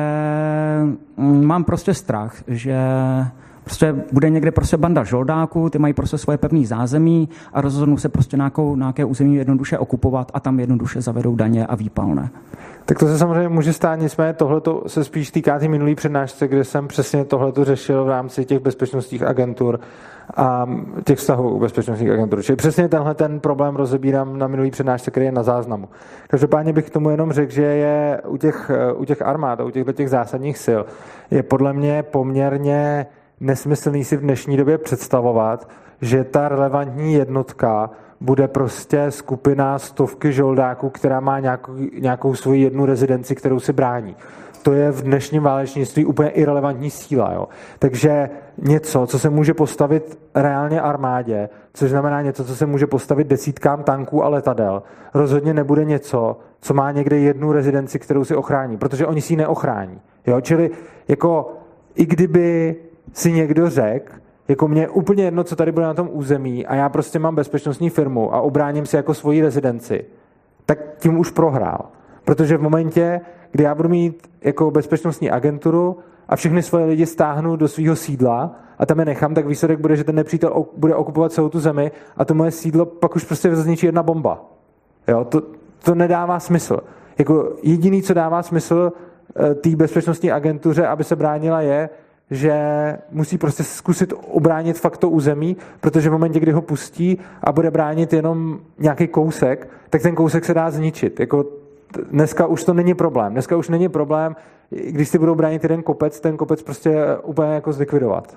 mám prostě strach, že prostě bude někde prostě banda žoldáků, ty mají prostě svoje pevné zázemí a rozhodnou se prostě nějakou, nějaké území jednoduše okupovat a tam jednoduše zavedou daně a výpalné. Tak to se samozřejmě může stát, nicméně tohleto se spíš týká té minulý přednášce, kde jsem přesně tohleto řešil v rámci těch bezpečnostních agentur a těch vztahů bezpečnostních agentur. Čili přesně tenhle ten problém rozebírám na minulý přednášce, který je na záznamu. Každopádně bych k tomu jenom řekl, že je u těch, u těch armád a u těchto těch zásadních sil je podle mě poměrně nesmyslný si v dnešní době představovat, že ta relevantní jednotka bude prostě skupina stovky žoldáků, která má nějakou, nějakou svoji jednu rezidenci, kterou si brání. To je v dnešním válečnictví úplně irelevantní síla. Jo? Takže něco, co se může postavit reálně armádě, což znamená něco, co se může postavit desítkám tanků a letadel, rozhodně nebude něco, co má někde jednu rezidenci, kterou si ochrání, protože oni si ji neochrání. Jo? Čili jako i kdyby si někdo řekl, jako mě úplně jedno, co tady bude na tom území a já prostě mám bezpečnostní firmu a obráním si jako svoji rezidenci, tak tím už prohrál. Protože v momentě, kdy já budu mít jako bezpečnostní agenturu a všechny svoje lidi stáhnu do svého sídla a tam je nechám, tak výsledek bude, že ten nepřítel bude okupovat celou tu zemi a to moje sídlo pak už prostě zničí jedna bomba. Jo, to, to nedává smysl. Jako jediný, co dává smysl té bezpečnostní agentuře, aby se bránila, je, že musí prostě zkusit obránit fakt to území, protože v momentě, kdy ho pustí a bude bránit jenom nějaký kousek, tak ten kousek se dá zničit. Jako dneska už to není problém. Dneska už není problém, když si budou bránit jeden kopec, ten kopec prostě úplně jako zlikvidovat.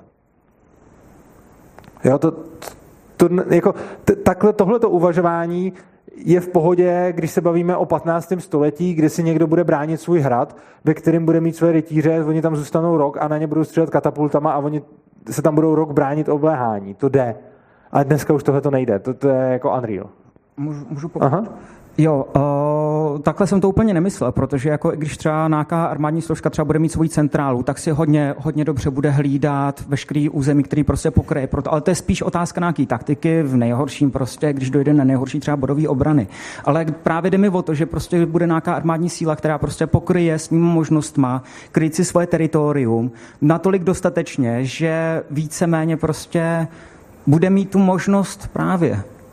Jo, to, to jako t- takhle tohleto uvažování je v pohodě, když se bavíme o patnáctém století, kde si někdo bude bránit svůj hrad, ve kterém bude mít své rytíře, oni tam zůstanou rok a na ně budou střílet katapultama a oni se tam budou rok bránit obléhání. To jde. Ale dneska už tohle to nejde. To, to je jako unreal. Můžu, můžu pokud... Jo, uh, takhle jsem to úplně nemyslel, protože jako když třeba nějaká armádní složka třeba bude mít svoji centrálu, tak si hodně, hodně dobře bude hlídat veškerý území, který prostě pokryje. Ale to je spíš otázka nějaký taktiky, v nejhorším prostě, když dojde na nejhorší třeba bodový obrany. Ale právě jde mi o to, že prostě bude nějaká armádní síla, která prostě pokryje s ním možnostma kryt si svoje teritorium natolik dostatečně, že víceméně prostě bude mít tu možnost právě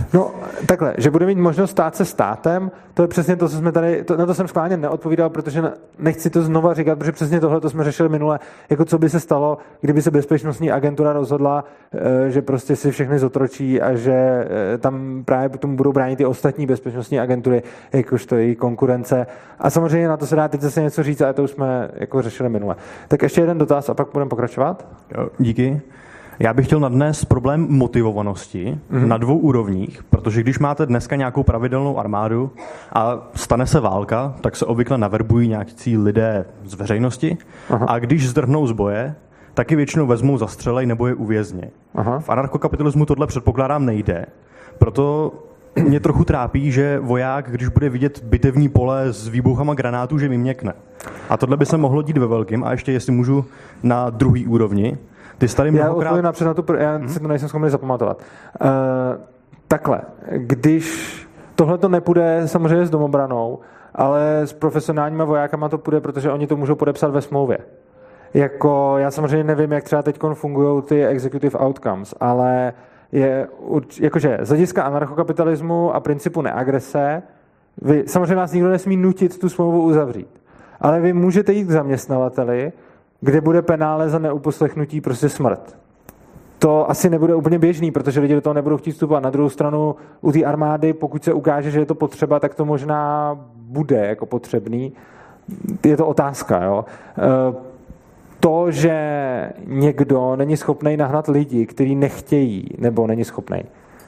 No, takhle, že bude mít možnost stát se státem, to je přesně to, co jsme tady, to, na to jsem schválně neodpovídal, protože nechci to znova říkat, protože přesně tohle to jsme řešili minule, jako co by se stalo, kdyby se bezpečnostní agentura rozhodla, že prostě si všechny zotročí a že tam právě tomu budou bránit i ostatní bezpečnostní agentury, jakožto její konkurence. A samozřejmě na to se dá teď zase něco říct, ale to už jsme jako řešili minule. Tak ještě jeden dotaz a pak budeme pokračovat. Jo, díky. Já bych chtěl nadnést problém motivovanosti mm-hmm. na dvou úrovních, protože když máte dneska nějakou pravidelnou armádu a stane se válka, tak se obvykle naverbují nějakí lidé z veřejnosti. Aha. A když zdrhnou z boje, taky většinou vezmou, zastřelej nebo je uvězní. V anarchokapitalismu tohle předpokládám nejde, proto mě trochu trápí, že voják, když bude vidět bitevní pole s výbuchama granátů, že miměkne. A tohle by se mohlo dít ve velkým. A ještě, jestli můžu, na druhý úrovni. Ty tady mnohokrát... Já odpovím napřed na tu, já hmm? si to nejsem schopný zapamatovat. Uh, takhle, když tohle to nepůjde samozřejmě s domobranou, ale s profesionálníma vojákama to půjde, protože oni to můžou podepsat ve smlouvě. Jako, já samozřejmě nevím, jak třeba teď fungují ty executive outcomes, ale je, jakože z hlediska anarchokapitalismu a principu neagrese, vy, samozřejmě vás nikdo nesmí nutit tu smlouvu uzavřít, ale vy můžete jít k zaměstnavateli, kde bude penále za neuposlechnutí prostě smrt. To asi nebude úplně běžný, protože lidi do toho nebudou chtít vstupovat. Na druhou stranu u té armády, pokud se ukáže, že je to potřeba, tak to možná bude jako potřebný. Je to otázka, jo. To, že někdo není schopný nahnat lidi, kteří nechtějí, nebo není schopný.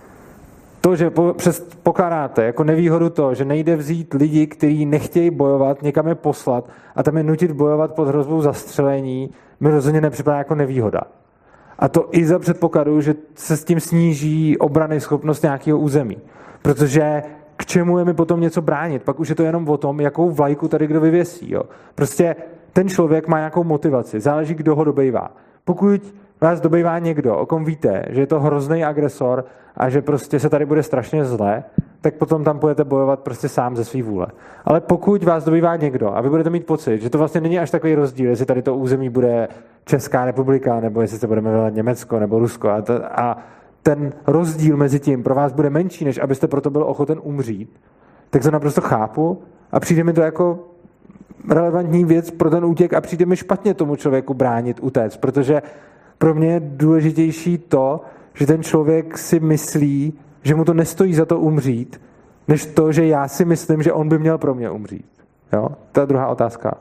To, že po, přes, pokládáte jako nevýhodu to, že nejde vzít lidi, kteří nechtějí bojovat, někam je poslat a tam je nutit bojovat pod hrozbou zastřelení, mi rozhodně nepřipadá jako nevýhoda. A to i za předpokladu, že se s tím sníží obrany schopnost nějakého území. Protože k čemu je mi potom něco bránit? Pak už je to jenom o tom, jakou vlajku tady kdo vyvěsí. Jo? Prostě ten člověk má nějakou motivaci, záleží, kdo ho dobejvá. Pokud vás dobejvá někdo, o kom víte, že je to hrozný agresor a že prostě se tady bude strašně zle, tak potom tam budete bojovat prostě sám ze svý vůle. Ale pokud vás dobývá někdo a vy budete mít pocit, že to vlastně není až takový rozdíl, jestli tady to území bude Česká republika, nebo jestli se budeme vědět Německo nebo Rusko a, to, a ten rozdíl mezi tím pro vás bude menší, než abyste proto byl ochoten umřít, tak to naprosto chápu a přijde mi to jako relevantní věc pro ten útěk a přijde mi špatně tomu člověku bránit, utéct, protože pro mě je důležitější to, že ten člověk si myslí, že mu to nestojí za to umřít, než to, že já si myslím, že on by měl pro mě umřít. Jo? To je druhá otázka.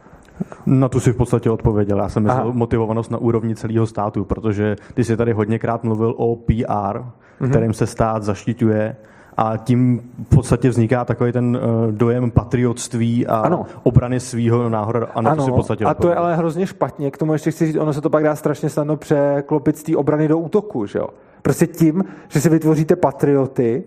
Na tu si v podstatě odpověděl. Já jsem myslel motivovanost na úrovni celého státu, protože ty jsi tady hodněkrát mluvil o P R, mm-hmm. kterým se stát zaštiťuje a tím v podstatě vzniká takový ten uh, dojem patriotství a ano. obrany svýho národa. A, na ano, to si v podstatě a to je ale hrozně špatně. K tomu ještě chci říct, ono se to pak dá strašně snadno překlopit z té obrany do útoku. Že jo? Prostě tím, že si vytvoříte patrioty,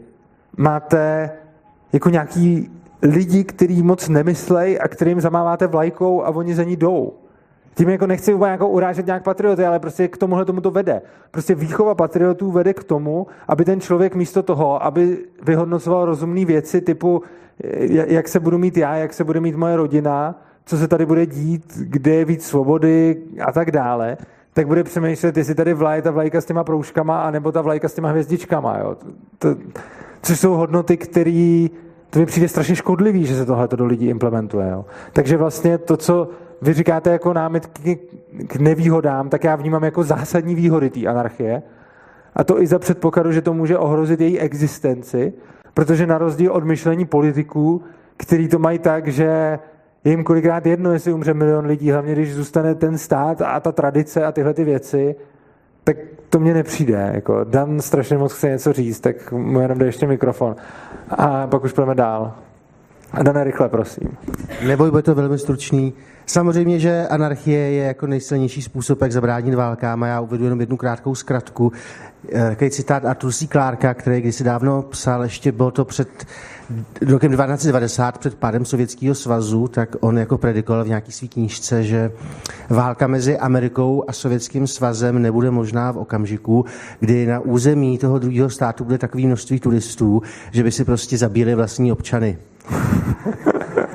máte jako nějaký lidi, kteří moc nemyslej a kterým zamáváte vlajkou a oni za ní jdou. Tím jako nechci úplně jako urážet nějak patrioty, ale prostě k tomuhle tomu to vede. Prostě výchova patriotů vede k tomu, aby ten člověk místo toho, aby vyhodnocoval rozumné věci typu, jak se budu mít já, jak se bude mít moje rodina, co se tady bude dít, kde je víc svobody a tak dále, tak bude přemýšlet, jestli tady vlaje ta vlajka s těma proužkama, anebo ta vlajka s těma hvězdičkama. Jo. To, což jsou hodnoty, které to mi přijde strašně škodlivý, že se tohle do lidí implementuje. Jo. Takže vlastně to, co vy říkáte jako námitky k nevýhodám, tak já vnímám jako zásadní výhody té anarchie. A to i za předpokladu, že to může ohrozit její existenci, protože na rozdíl od myšlení politiků, kteří to mají tak, že je jim kolikrát jedno, jestli umře milion lidí, hlavně když zůstane ten stát a ta tradice a tyhle ty věci, tak to mně nepřijde. Jako Dan strašně moc chce něco říct, tak mu jenom dej ještě mikrofon. A pak už půjdeme dál. A Dane, rychle, prosím. Neboj, bude to velmi stručný. Samozřejmě, že anarchie je jako nejsilnější způsob, jak zabránit válkám a já uvedu jenom jednu krátkou zkratku. Takový citát Arthur C. Clarka, který kdysi dávno psal, ještě bylo to před rokem devatenáct set devadesát, před pádem Sovětského svazu, tak on jako predikoval v nějaký svý knížce, že válka mezi Amerikou a Sovětským svazem nebude možná v okamžiku, kdy na území toho druhého státu bude takové množství turistů, že by si prostě zabíjeli vlastní občany.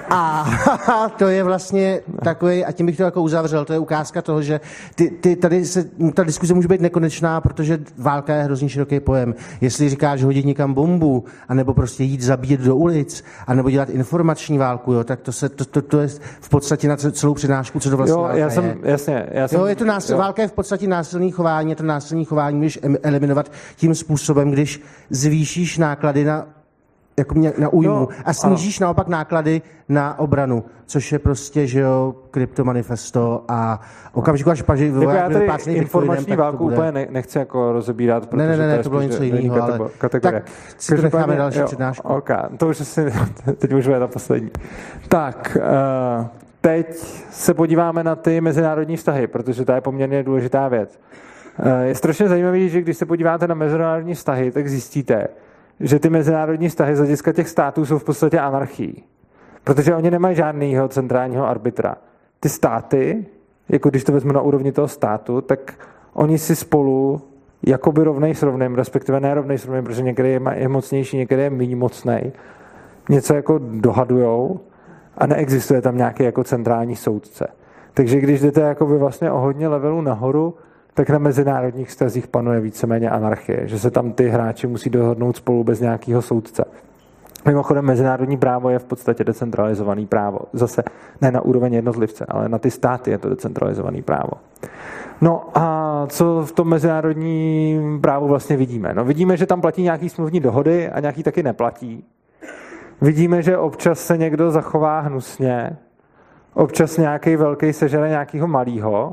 A to je vlastně takový, a tím bych to jako uzavřel, to je ukázka toho, že ty, ty, tady se, ta diskuze může být nekonečná, protože válka je hrozně široký pojem. Jestli říkáš hodit někam bombu, anebo prostě jít zabíjet do ulic, anebo dělat informační válku, jo, tak to, se, to, to, to je v podstatě na celou přednášku, co to vlastně jo, válka já jsem, je. Jasně, já jsem, jo, je to násil, válka je v podstatě násilný chování, je to násilný chování můžeš eliminovat tím způsobem, když zvýšíš náklady na jako na újmu no, a snížíš ano. naopak náklady na obranu, což je prostě, že jo, kryptomanifesto a okamžiku až paži vypáčený informační válku úplně ne, nechci jako rozebírat, protože ne, ne, ne, to, to bylo něco jiného, ale kategorie. Tak si to necháme další přednášku. Okay, to už asi, teď už bude ta poslední. Tak, uh, teď se podíváme na ty mezinárodní vztahy, protože to je poměrně důležitá věc. Uh, je strašně zajímavý, že když se podíváte na mezinárodní vztahy, tak zjistíte, že ty mezinárodní vztahy z hlediska těch států jsou v podstatě anarchií. Protože oni nemají žádného centrálního arbitra. Ty státy, jako když to vezmu na úrovni toho státu, tak oni si spolu jakoby rovnej s rovným, respektive ne rovnej s rovným, protože někdy je mocnější, někdy je méně mocnej, něco jako dohadujou a neexistuje tam nějaký jako centrální soudce. Takže když jdete jakoby vlastně o hodně levelů nahoru, tak na mezinárodních vztazích panuje víceméně anarchie, že se tam ty hráči musí dohodnout spolu bez nějakého soudce. Mimochodem, mezinárodní právo je v podstatě decentralizovaný právo. Zase ne na úroveň jednotlivce, ale na ty státy je to decentralizovaný právo. No a co v tom mezinárodním právu vlastně vidíme? No vidíme, že tam platí nějaký smluvní dohody a nějaký taky neplatí. Vidíme, že občas se někdo zachová hnusně, občas nějaký velký sežere nějakého malýho,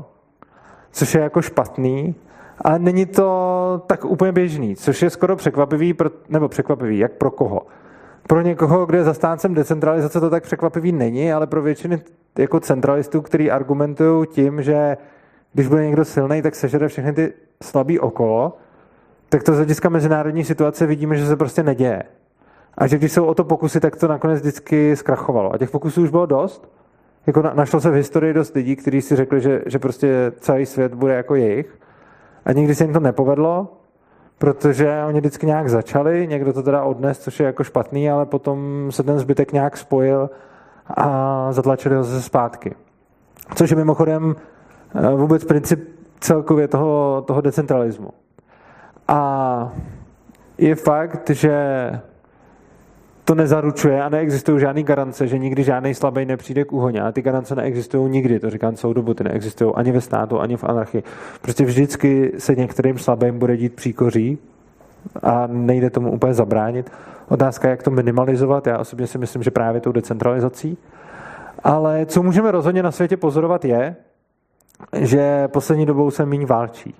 což je jako špatný, ale není to tak úplně běžný, což je skoro překvapivý, nebo překvapivý, jak pro koho. Pro někoho, kdo je zastáncem decentralizace, to tak překvapivý není, ale pro většiny jako centralistů, kteří argumentují tím, že když bude někdo silný, tak sežere všechny ty slabý okolo, tak to z hlediska mezinárodní situace vidíme, že se prostě neděje. A že když jsou o to pokusy, tak to nakonec vždycky zkrachovalo. A těch pokusů už bylo dost. Jako našlo se v historii dost lidí, kteří si řekli, že, že prostě celý svět bude jako jejich. A nikdy se jim to nepovedlo, protože oni vždycky nějak začali, někdo to teda odnes, což je jako špatný, ale potom se ten zbytek nějak spojil a zatlačili ho zase zpátky. Což je mimochodem vůbec princip celkově toho, toho decentralismu. A je fakt, že to nezaručuje a neexistují žádný garance, že nikdy žádný slabý nepřijde k úhoně. A ty garance neexistují nikdy, to říkám celou dobu, ty neexistují ani ve státu, ani v anarchii. Prostě vždycky se některým slabým bude dít příkoří a nejde tomu úplně zabránit. Otázka je, jak to minimalizovat. Já osobně si myslím, že právě tou decentralizací. Ale co můžeme rozhodně na světě pozorovat je, že poslední dobou se míň válčí.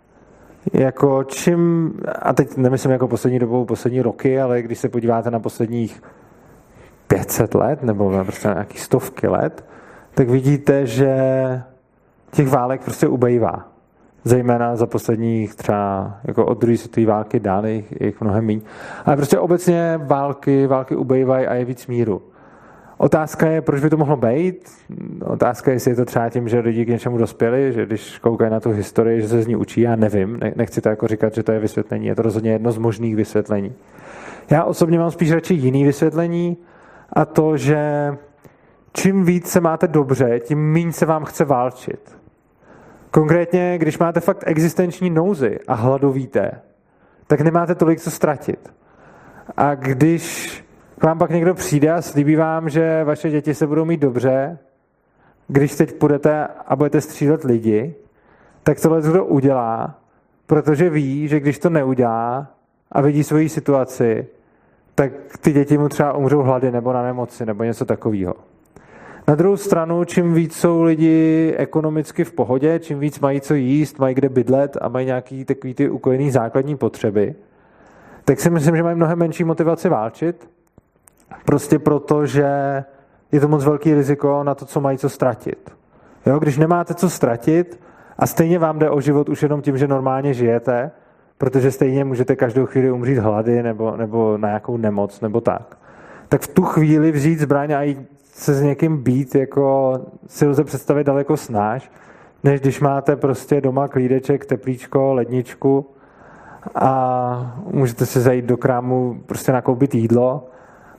Jako čím, a teď nemyslím jako poslední dobou, poslední roky, ale když se podíváte na posledních pět set let, nebo prostě na nějaký stovky let, tak vidíte, že těch válek prostě ubejvá. Zejména za posledních třeba jako od druhé světové války dál jich, jich mnohem míň. Ale prostě obecně války, války ubejvají a je víc míru. Otázka je, proč by to mohlo být. Otázka je, jestli je to třeba tím, že lidi k něčemu dospěli, že když koukají na tu historii, že se z ní učí, já nevím. Nechci to jako říkat, že to je vysvětlení. Je to rozhodně jedno z možných vysvětlení. Já osobně mám spíš radši jiný vysvětlení a to, že čím víc se máte dobře, tím méně se vám chce válčit. Konkrétně, když máte fakt existenční nouzi a hladovíte, tak nemáte tolik co ztratit. A když k vám pak někdo přijde a slíbí vám, že vaše děti se budou mít dobře, když teď půjdete a budete střílet lidi, tak tohle kdo udělá, protože ví, že když to neudělá a vidí svoji situaci, tak ty děti mu třeba umřou hlady nebo na nemoci nebo něco takového. Na druhou stranu, čím víc jsou lidi ekonomicky v pohodě, čím víc mají co jíst, mají kde bydlet a mají nějaký takový ty ukojený základní potřeby, tak si myslím, že mají mnohem menší motivaci válčit, prostě proto, že je to moc velký riziko na to, co mají co ztratit. Jo, když nemáte co ztratit a stejně vám jde o život už jenom tím, že normálně žijete, protože stejně můžete každou chvíli umřít hlady nebo, nebo na nějakou nemoc nebo tak, tak v tu chvíli vzít zbraň a jít se s někým být, jako si lze představit daleko snáš, než když máte prostě doma klídeček, teplíčko, ledničku a můžete si zajít do krámu prostě nakoupit jídlo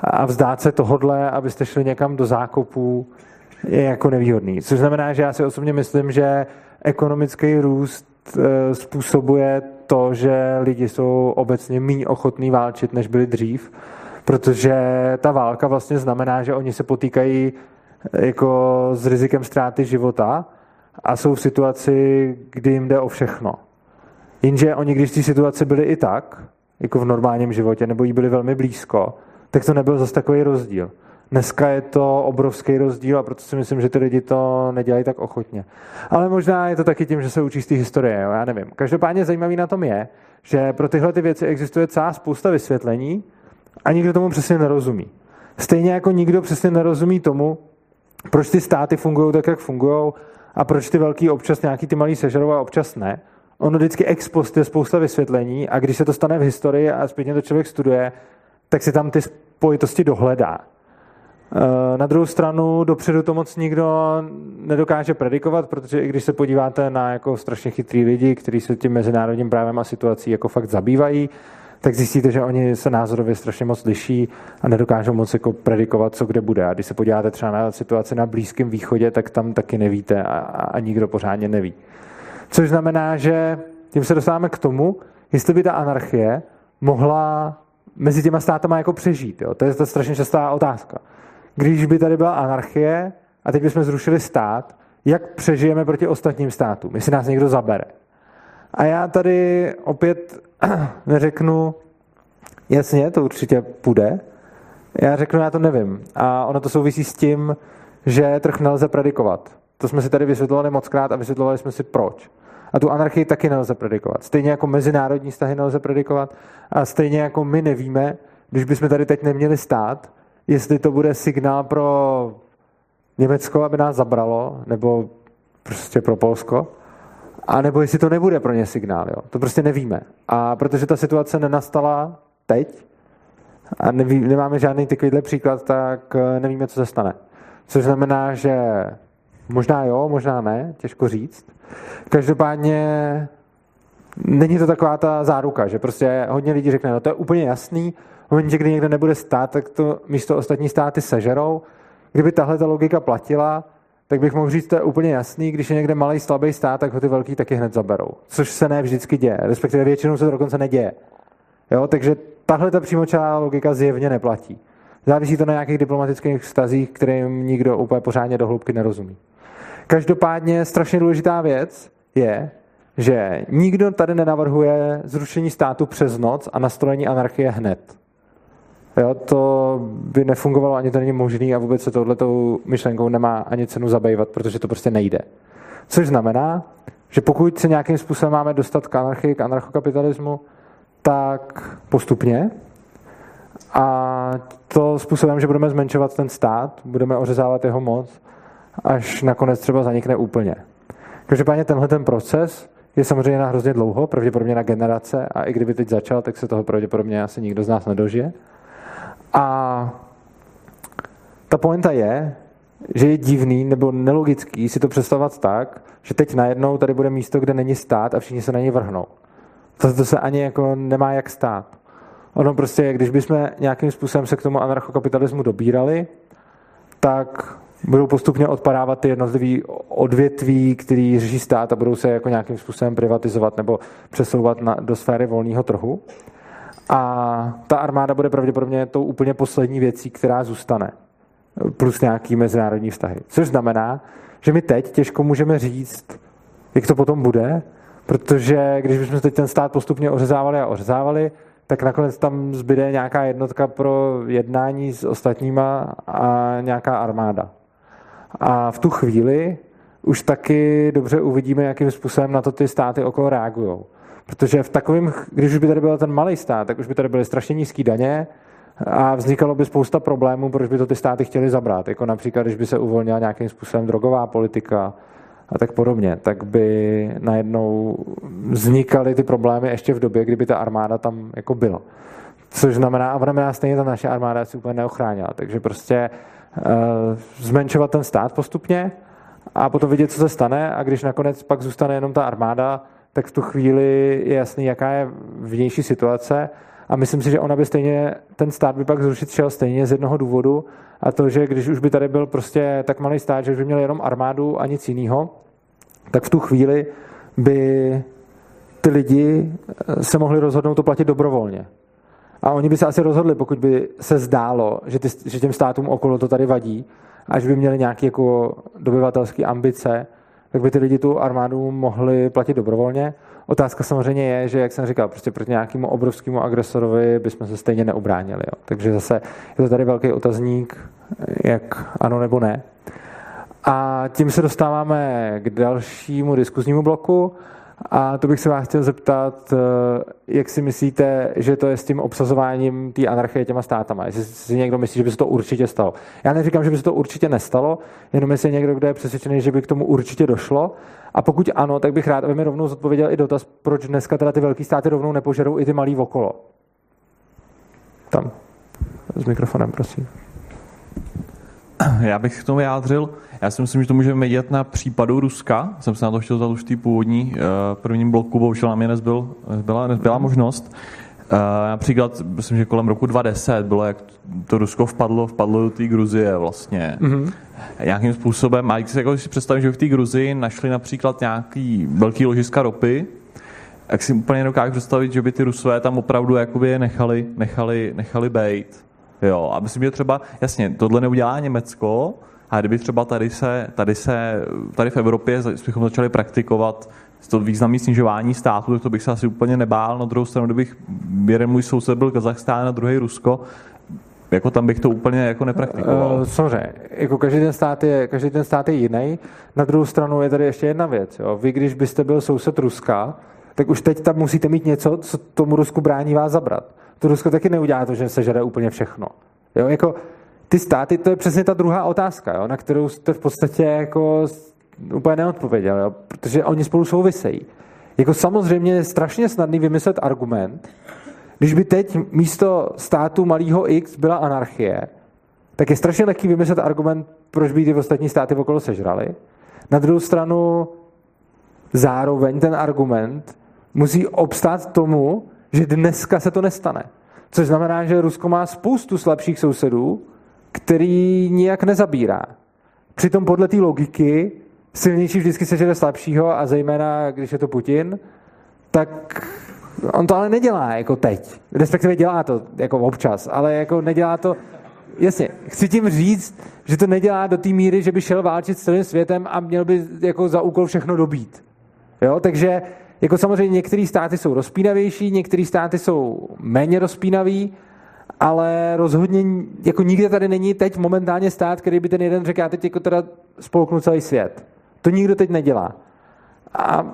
a vzdát se tohodle, abyste šli někam do zákopů, je jako nevýhodný. Což znamená, že já si osobně myslím, že ekonomický růst způsobuje to, že lidi jsou obecně méně ochotní válčit, než byli dřív, protože ta válka vlastně znamená, že oni se potýkají jako s rizikem ztráty života a jsou v situaci, kdy jim jde o všechno. Jenže oni, když v té situaci byli i tak, jako v normálním životě, nebo jí byli velmi blízko, tak to nebyl zase takový rozdíl. Dneska je to obrovský rozdíl a proto si myslím, že ty lidi to nedělají tak ochotně. Ale možná je to taky tím, že se učí z té historie, jo? Já nevím. Každopádně zajímavý na tom je, že pro tyhle ty věci existuje celá spousta vysvětlení a nikdo tomu přesně nerozumí. Stejně jako nikdo přesně nerozumí tomu, proč ty státy fungují tak, jak fungují a proč ty velký občas nějaký ty malý sežerou a občas ne. Ono vždycky ex post je spousta vysvětlení a když se to stane v historii a zpětně to člověk studuje, tak si tam ty spojitosti dohledá. Na druhou stranu dopředu to moc nikdo nedokáže predikovat, protože i když se podíváte na jako strašně chytrý lidi, kteří se tím mezinárodním právem a situací jako fakt zabývají, tak zjistíte, že oni se názorově strašně moc liší a nedokážou moc jako predikovat, co kde bude. A když se podíváte třeba na situaci na Blízkém východě, tak tam taky nevíte a, a nikdo pořádně neví. Což znamená, že tím se dostáváme k tomu, jestli by ta anarchie mohla mezi těma státama jako přežít. Jo? To je to strašně častá otázka. Když by tady byla anarchie a teď bychom zrušili stát, jak přežijeme proti ostatním státům, jestli nás někdo zabere. A já tady opět neřeknu, jasně, to určitě půjde, já řeknu, já to nevím. A ono to souvisí s tím, že trh nelze predikovat. To jsme si tady vysvětlovali mockrát a vysvětlovali jsme si proč. A tu anarchii taky nelze predikovat. Stejně jako mezinárodní vztahy nelze predikovat a stejně jako my nevíme, když bychom tady teď neměli stát, jestli to bude signál pro Německo, aby nás zabralo, nebo prostě pro Polsko, a nebo jestli to nebude pro ně signál. Jo. To prostě nevíme. A protože ta situace nenastala teď a neví, nemáme žádný takovýhle příklad, tak nevíme, co se stane. Což znamená, že možná jo, možná ne, těžko říct. Každopádně není to taková ta záruka, že prostě hodně lidí řekne, no to je úplně jasný, v momentě, kdy někdo nebude stát, tak to místo ostatní státy sežerou. Kdyby tahle ta logika platila, tak bych mohl říct, to je úplně jasný, když je někde malý slabý stát, tak ho ty velký taky hned zaberou. Což se ne vždycky děje, respektive většinou se to dokonce neděje. Jo? Takže tahle ta přímočará logika zjevně neplatí. Závisí to na nějakých diplomatických vztazích, kterým nikdo úplně pořádně do hloubky nerozumí. Každopádně strašně důležitá věc je, že nikdo tady nenavrhuje zrušení státu přes noc a nastolení anarchie hned. Jo, to by nefungovalo, ani to není možný a vůbec se touhletou myšlenkou nemá ani cenu zabývat, protože to prostě nejde. Což znamená, že pokud se nějakým způsobem máme dostat k anarchii, k anarchokapitalismu, tak postupně a to způsobem, že budeme zmenšovat ten stát, budeme ořezávat jeho moc, až nakonec třeba zanikne úplně. Každopádně tenhle ten proces je samozřejmě na hrozně dlouho, pravděpodobně na generace a i kdyby teď začal, tak se toho pravděpodobně asi nikdo z nás nedožije. A ta pointa je, že je divný nebo nelogický si to představovat tak, že teď najednou tady bude místo, kde není stát a všichni se na něj vrhnou. To, to se ani jako nemá jak stát. Ono prostě, když bychom nějakým způsobem se k tomu anarchokapitalismu dobírali, tak budou postupně odpadávat ty jednotlivé odvětví, které řeší stát a budou se jako nějakým způsobem privatizovat nebo přesouvat na, do sféry volného trhu. A ta armáda bude pravděpodobně tou úplně poslední věcí, která zůstane. Plus nějaký mezinárodní vztahy. Což znamená, že my teď těžko můžeme říct, jak to potom bude, protože když bychom teď ten stát postupně ořezávali a ořezávali, tak nakonec tam zbyde nějaká jednotka pro jednání s ostatníma a nějaká armáda. A v tu chvíli už taky dobře uvidíme, jakým způsobem na to ty státy okolo reagují. Protože v takovém, když už by tady byl ten malý stát, tak už by tady byly strašně nízké daně a vznikalo by spousta problémů, proč by to ty státy chtěly zabrat. Jako například, když by se uvolnila nějakým způsobem drogová politika a tak podobně, tak by najednou vznikaly ty problémy ještě v době, kdyby ta armáda tam jako byla. Což znamená, a znamená stejně ta naše armáda si úplně neochránila. Takže prostě uh, zmenšovat ten stát postupně a potom vidět, co se stane a když nakonec pak zůstane jenom ta armáda, tak v tu chvíli je jasný, jaká je vnější situace A myslím si, že ona by stejně, ten stát by pak zrušit šel stejně z jednoho důvodu, a to, že když už by tady byl prostě tak malý stát, že už by měl jenom armádu a nic jiného, tak v tu chvíli by ty lidi se mohli rozhodnout to platit dobrovolně. A oni by se asi rozhodli, pokud by se zdálo, že, ty, že těm státům okolo to tady vadí, až by měli nějaké jako dobyvatelské ambice, tak by ty lidi tu armádu mohli platit dobrovolně. Otázka samozřejmě je, že, jak jsem říkal, prostě proti nějakému obrovskému agresorovi bychom se stejně neubránili. Jo. Takže zase je to tady velký otazník, jak ano nebo ne. A tím se dostáváme k dalšímu diskuznímu bloku. A to bych se vás chtěl zeptat, jak si myslíte, že to je s tím obsazováním té anarchie těma státama. Jestli si někdo myslí, že by se to určitě stalo. Já neříkám, že by se to určitě nestalo, jenom jestli je někdo, kdo je přesvědčený, že by k tomu určitě došlo. A pokud ano, tak bych rád, aby mi rovnou zodpověděl i dotaz, proč dneska teda ty velké státy rovnou nepožerou i ty malý okolo. Tam. S mikrofonem, prosím. Já bych k tomu vyjádřil, já si myslím, že to můžeme vidět na případu Ruska. Jsem se na to chtěl zdat už v té původní uh, prvním bloku, bohužel nám je nezbyl, nezbyla, nezbyla možnost. Uh, například, myslím, že kolem roku dva tisíce deset bylo, jak to Rusko vpadlo, vpadlo do té Gruzie vlastně. Mm-hmm. Nějakým způsobem, a jak si, jako si představím, že v té Gruzii našli například nějaký velký ložiska ropy, jak si úplně dokážu představit, že by ty Rusové tam opravdu jakoby je nechali, nechali, nechali bejt. Jo, a myslím, že třeba, jasně, tohle neudělá Německo, a kdyby třeba tady se, tady se, tady v Evropě bychom začali praktikovat to významné snižování státu, tak to bych se asi úplně nebál. Na druhou stranu, kdybych jeden můj soused byl Kazachstán a druhý Rusko, jako tam bych to úplně jako nepraktikoval. Uh, samozřejmě, jako každý ten stát je, každý ten stát je jiný. Na druhou stranu je tady ještě jedna věc. Jo. Vy, když byste byl soused Ruska, tak už teď tam musíte mít něco, co tomu Rusku brání vás zabrat. To Rusko taky neudělá to, že se žere úplně všechno. Jo, jako ty státy, to je přesně ta druhá otázka, jo, na kterou jste v podstatě jako úplně neodpověděl, jo, protože oni spolu souvisejí. Jako samozřejmě je strašně snadný vymyslet argument, když by teď místo státu malého X byla anarchie, tak je strašně lehký vymyslet argument, proč by ty ostatní státy okolo sežrali. Na druhou stranu zároveň ten argument musí obstát tomu, že dneska se to nestane. Což znamená, že Rusko má spoustu slabších sousedů, který nijak nezabírá. Přitom podle té logiky silnější vždycky sežere slabšího a zejména, když je to Putin, tak on to ale nedělá jako teď. Respektive dělá to jako občas, ale jako nedělá to. Jasně, chci tím říct, že to nedělá do té míry, že by šel válčit s celým světem a měl by jako za úkol všechno dobít. Jo, takže jako samozřejmě některé státy jsou rozpínavější, některé státy jsou méně rozpínaví, ale rozhodně jako nikde tady není teď momentálně stát, který by ten jeden řekl, já teď jako teda spolknu celý svět. To nikdo teď nedělá. A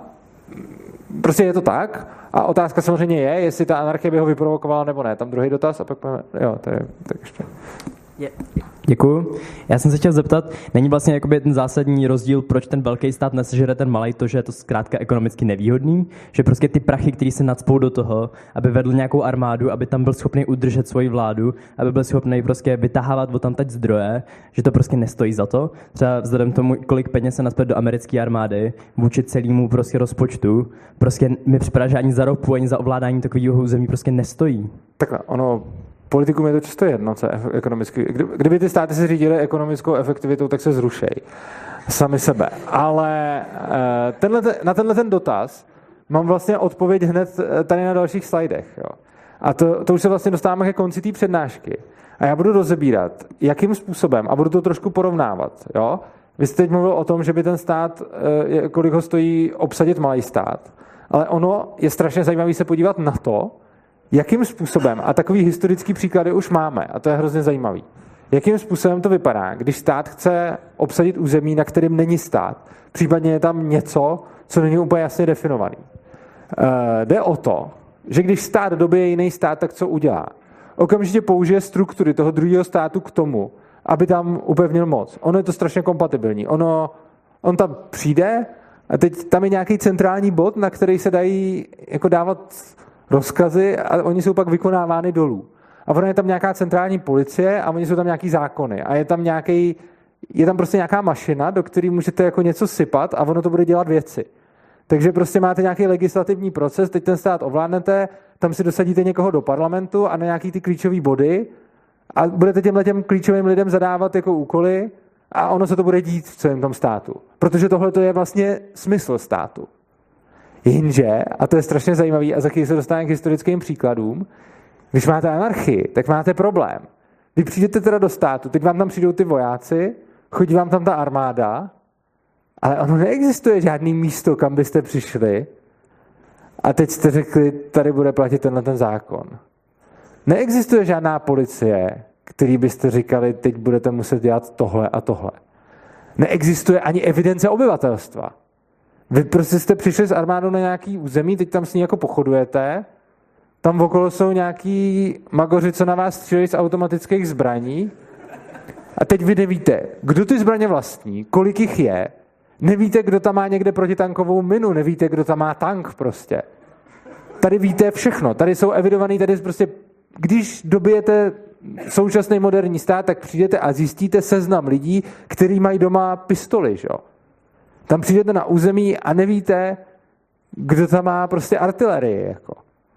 prostě je to tak. A otázka samozřejmě je, jestli ta anarchie by ho vyprovokovala nebo ne. Tam druhý dotaz a pak máme, jo, to je, tak ještě. Je. Děkuju. Já jsem se chtěl zeptat, není vlastně jakoby ten zásadní rozdíl, proč ten velký stát nesežere ten malý, to, že je to zkrátka ekonomicky nevýhodný, že prostě ty prachy, které se nacpou do toho, aby vedl nějakou armádu, aby tam byl schopný udržet svoji vládu, aby byl schopný prostě vytahávat od tam teď zdroje, že to prostě nestojí za to. Třeba vzhledem tomu, kolik peněz se nacpe do americké armády, vůči celému prostě rozpočtu, prostě mi připadá, že ani za ropu, ani za ovládání takového území prostě nestojí. Takhle, ono politikům je to často jedno, co je ekonomicky. Kdyby ty státy se řídily ekonomickou efektivitou, tak se zrušejí sami sebe. Ale tenhle, na tenhle ten dotaz mám vlastně odpověď hned tady na dalších slajdech. Jo. A to, to už se vlastně dostáváme ke konci té přednášky. A já budu rozebírat, jakým způsobem, a budu to trošku porovnávat. Jo. Vy jste teď mluvil o tom, že by ten stát, kolik ho stojí obsadit malý stát. Ale ono je strašně zajímavé se podívat na to, jakým způsobem, a takový historický příklady už máme, a to je hrozně zajímavý, jakým způsobem to vypadá, když stát chce obsadit území, na kterém není stát, případně je tam něco, co není úplně jasně definovaný. E, jde o to, že když stát dobije jiný stát, tak co udělá? Okamžitě použije struktury toho druhého státu k tomu, aby tam upevnil moc. Ono je to strašně kompatibilní. Ono, on tam přijde a teď tam je nějaký centrální bod, na který se dají jako dávat rozkazy a oni jsou pak vykonávány dolů. A ono je tam nějaká centrální policie a oni jsou tam nějaký zákony. A je tam nějaký, je tam prostě nějaká mašina, do které můžete jako něco sypat a ono to bude dělat věci. Takže prostě máte nějaký legislativní proces, teď ten stát ovládnete, tam si dosadíte někoho do parlamentu a na nějaký ty klíčové body a budete těmhle těm klíčovým lidem zadávat jako úkoly a ono se to bude dít v celém tom státu. Protože tohle to je vlastně smysl státu. Jenže, a to je strašně zajímavý a za chvíli se dostaneme k historickým příkladům, když máte anarchii, tak máte problém. Vy přijdete teda do státu, teď vám tam přijdou ty vojáci, chodí vám tam ta armáda, ale ono neexistuje žádný místo, kam byste přišli a teď jste řekli, tady bude platit tenhle ten zákon. Neexistuje žádná policie, který byste říkali, teď budete muset dělat tohle a tohle. Neexistuje ani evidence obyvatelstva. Vy prostě jste přišli s armádou na nějaký území, teď tam s ní jako pochodujete, tam okolo jsou nějaký magoři, co na vás střílejí z automatických zbraní a teď vy nevíte, kdo ty zbraně vlastní, kolik jich je, nevíte, kdo tam má někde protitankovou minu, nevíte, kdo tam má tank prostě. Tady víte všechno, tady jsou evidovaný, tady prostě, když dobijete současný moderní stát, tak přijdete a zjistíte seznam lidí, kteří mají doma pistoli, že jo. Tam přijdete na území a nevíte, kdo tam má prostě artilerii, jako.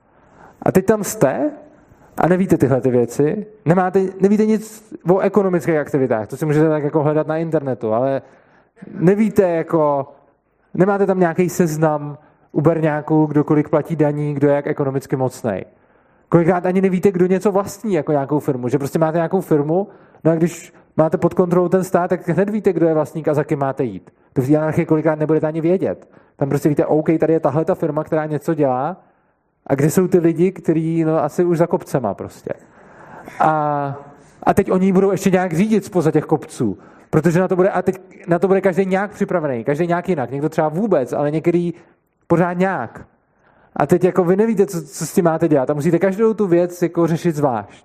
A teď tam jste a nevíte tyhle ty věci, nemáte, nevíte nic o ekonomických aktivitách, to si můžete tak jako hledat na internetu, ale nevíte jako, nemáte tam nějaký seznam u berňáků, kdo kolik platí daní, kdo je jak ekonomicky mocnej. Kolikrát ani nevíte, kdo něco vlastní jako nějakou firmu, že prostě máte nějakou firmu, no a když máte pod kontrolou ten stát, tak hned víte, kdo je vlastník a za kým máte jít. To v té anarchii kolikrát nebudete ani vědět. Tam prostě víte, OK, tady je tahle ta firma, která něco dělá, a kde jsou ty lidi, kteří no, asi už za kopcema prostě. A, a teď oni budou ještě nějak řídit spoza těch kopců, protože na to bude, a teď na to bude každý nějak připravený, každý nějak jinak, někdo třeba vůbec, ale některý pořád nějak. A teď jako vy nevíte, co, co s tím máte dělat a musíte každou tu věc jako řešit zvlášť.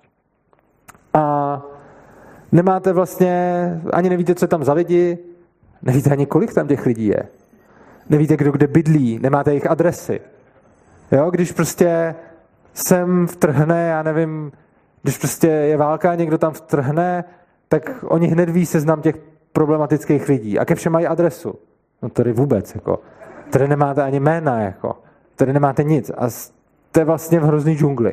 A nemáte vlastně, ani nevíte, co je tam za lidi, nevíte ani, kolik tam těch lidí je. Nevíte, kdo kde bydlí, nemáte jejich adresy. Jo, když prostě sem vtrhne, já nevím, když prostě je válka a někdo tam vtrhne, tak oni hned ví seznam těch problematických lidí. A ke všem mají adresu. No tady vůbec, jako. Tady nemáte ani jména, jako. Tady nemáte nic. A jste vlastně v hrozný džungli.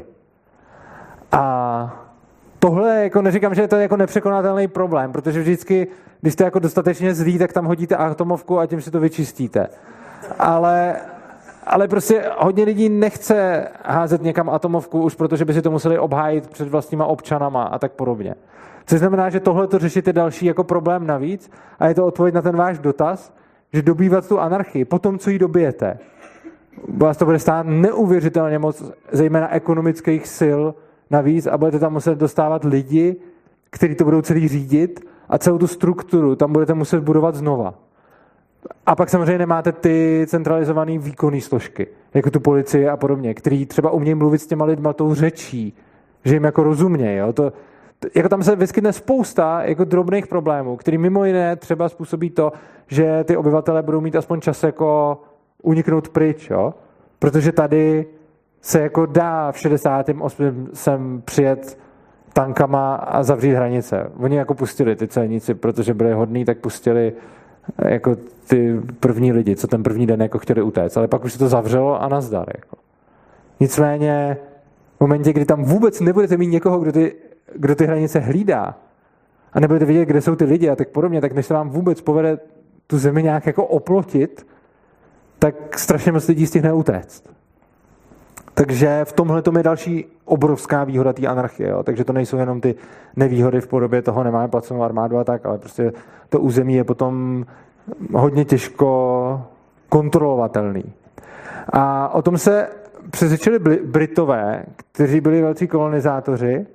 A tohle, jako neříkám, že je to jako nepřekonatelný problém, protože vždycky, když jste jako dostatečně zlí, tak tam hodíte atomovku a tím si to vyčistíte. Ale... Ale prostě hodně lidí nechce házet někam atomovku už protože by si to museli obhájit před vlastníma občanama a tak podobně. Což znamená, že tohle to řešit je další jako problém navíc a je to odpověď na ten váš dotaz, že dobývat tu anarchii, potom co ji dobijete, vás to bude stát neuvěřitelně moc, zejména ekonomických sil navíc a budete tam muset dostávat lidi, kteří to budou celý řídit a celou tu strukturu tam budete muset budovat znova. A pak samozřejmě nemáte ty centralizované výkonné složky, jako tu policii a podobně, který třeba umějí mluvit s těma lidma tou řečí, že jim jako rozumějí. Jo? To, to, jako tam se vyskytne spousta jako drobných problémů, který mimo jiné třeba způsobí to, že ty obyvatele budou mít aspoň čas jako uniknout pryč, jo? Protože tady se jako dá v šedesátém osmém sem přijet tankama a zavřít hranice. Oni jako pustili ty celníci, protože byli hodní, tak pustili jako ty první lidi, co ten první den jako chtěli utéct, ale pak už se to zavřelo a nazdar. Jako. Nicméně v momentě, kdy tam vůbec nebudete mít někoho, kdo ty, kdo ty hranice hlídá a nebudete vědět, kde jsou ty lidi a tak podobně, tak než se vám vůbec povede tu zemi nějak jako oplotit, tak strašně moc lidí stihne utéct. Takže v tomhle tom je další obrovská výhoda té anarchie. Jo? Takže to nejsou jenom ty nevýhody v podobě toho, nemáme placenou armádu a tak, ale prostě to území je potom hodně těžko kontrolovatelný. A o tom se přesvědčili Britové, kteří byli velcí kolonizátoři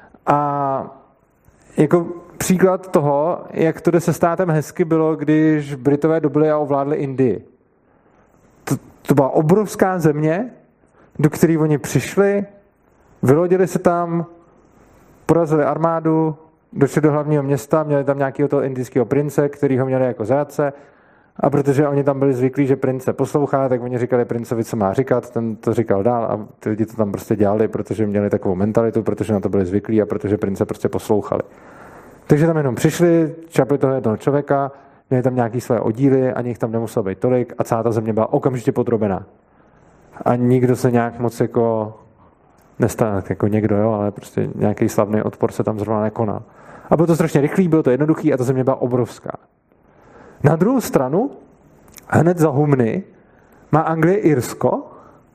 a jako příklad toho, jak to jde se státem hezky bylo, když Britové dobyli a ovládli Indii. To, to byla obrovská země, do které oni přišli, vylodili se tam, porazili armádu, došli do hlavního města, měli tam nějakého toho indického prince, který ho měli jako zrádce a protože oni tam byli zvyklí, že prince poslouchá, tak oni říkali princovi, co má říkat, ten to říkal dál a ty lidi to tam prostě dělali, protože měli takovou mentalitu, protože na to byli zvyklí a protože prince prostě poslouchali. Takže tam jenom přišli, čapli toho jednoho člověka, měli tam nějaký své oddíly, ani jich tam nemuselo být tolik a celá ta země byla okamžitě podrobená. A nikdo se nějak moc jako nestal, jako někdo, jo, ale prostě nějaký slavný odpor se tam zrovna nekonal. A bylo to strašně rychlý, bylo to jednoduchý a ta země byla obrovská. Na druhou stranu, hned za humny, má Anglie Irsko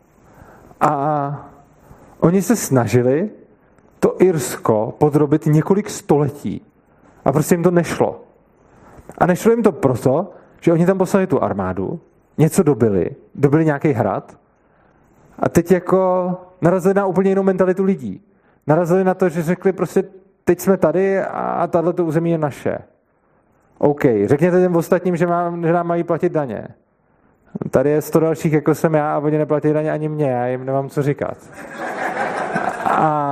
a oni se snažili to Irsko podrobit několik století. A prostě jim to nešlo. A nešlo jim to proto, že oni tam poslali tu armádu, něco dobili, dobili nějaký hrad a teď jako narazili na úplně jinou mentalitu lidí. Narazili na to, že řekli prostě teď jsme tady a tato území je naše. OK, řekněte těm ostatním, že, mám, že nám mají platit daně. Tady je sto dalších, jako jsem já, a oni neplatí daně ani mě, já jim nemám co říkat. A,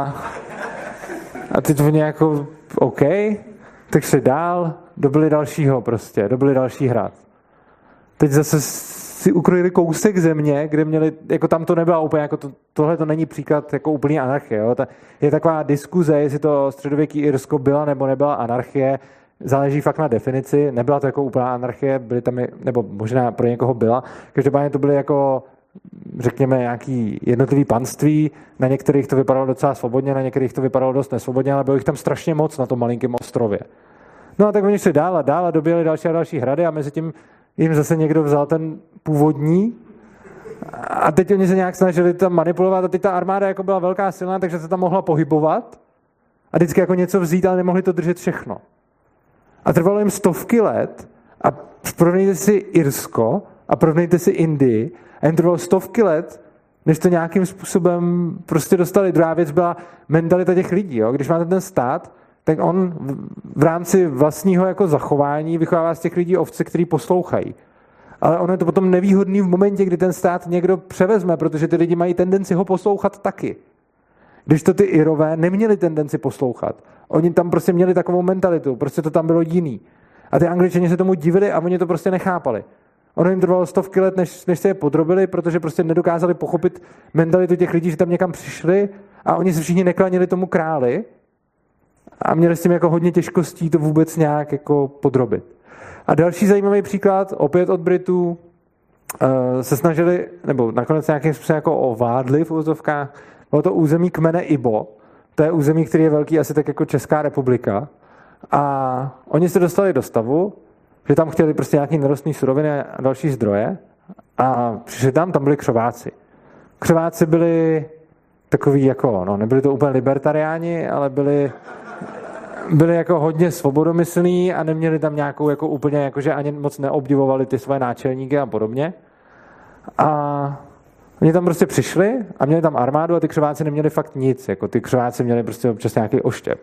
a teď oni jako, OK, tak šli dál, dobili dalšího prostě, dobili další hrad. Teď zase si ukrojili kousek země, kde měli, jako tam to nebyla úplně, jako to, tohle to není příklad jako úplný anarchie. Jo? Ta, je taková diskuze, jestli to středověký Irsko byla nebo nebyla anarchie, záleží fakt na definici, nebyla to jako úplná anarchie, byly tam, nebo možná pro někoho byla, každopádně to byly jako, řekněme, nějaký jednotlivý panství, na některých to vypadalo docela svobodně, na některých to vypadalo dost nesvobodně, ale bylo jich tam strašně moc na tom malinkém ostrově. No a tak oni šli dál a dál a doběhli další a další hrady a mezi tím jim zase někdo vzal ten původní a teď oni se nějak snažili tam manipulovat a teď ta armáda jako byla velká silná, takže se tam mohla pohybovat a vždycky jako něco vzít, ale nemohli to držet všechno. A trvalo jim stovky let a porovnejte si Irsko a porovnejte si Indii a jim trvalo stovky let, než to nějakým způsobem prostě dostali. Druhá věc byla mentalita těch lidí. Jo? Když máte ten stát, tak on v rámci vlastního jako zachování vychovává z těch lidí ovce, který poslouchají. Ale ono je to potom nevýhodný v momentě, kdy ten stát někdo převezme, protože ty lidi mají tendenci ho poslouchat taky. Když to ty Irové neměli tendenci poslouchat. Oni tam prostě měli takovou mentalitu, prostě to tam bylo jiný. A ty Angličani se tomu divili a oni to prostě nechápali. Ono jim trvalo stovky let, než, než se je podrobili, protože prostě nedokázali pochopit mentalitu těch lidí, že tam někam přišli a oni se všichni neklanili tomu králi a měli s tím jako hodně těžkostí to vůbec nějak jako podrobit. A další zajímavý příklad, opět od Britů, se snažili, nebo nakonec nějakým způsobem jako ovládli v úzovkách, bylo to území kmene Ibo. To je území, který je velký asi tak jako Česká republika. A oni se dostali do stavu, že tam chtěli prostě nějaký nerostný suroviny a další zdroje. A přišli tam, tam byli křováci. Křováci byli takový jako, no nebyli to úplně libertariáni, ale byli, byli jako hodně svobodomyslní a neměli tam nějakou jako úplně, jakože ani moc neobdivovali ty své náčelníky a podobně. A oni tam prostě přišli a měli tam armádu a ty křováci neměli fakt nic. Jako ty křováci měli prostě občas nějaký oštěp.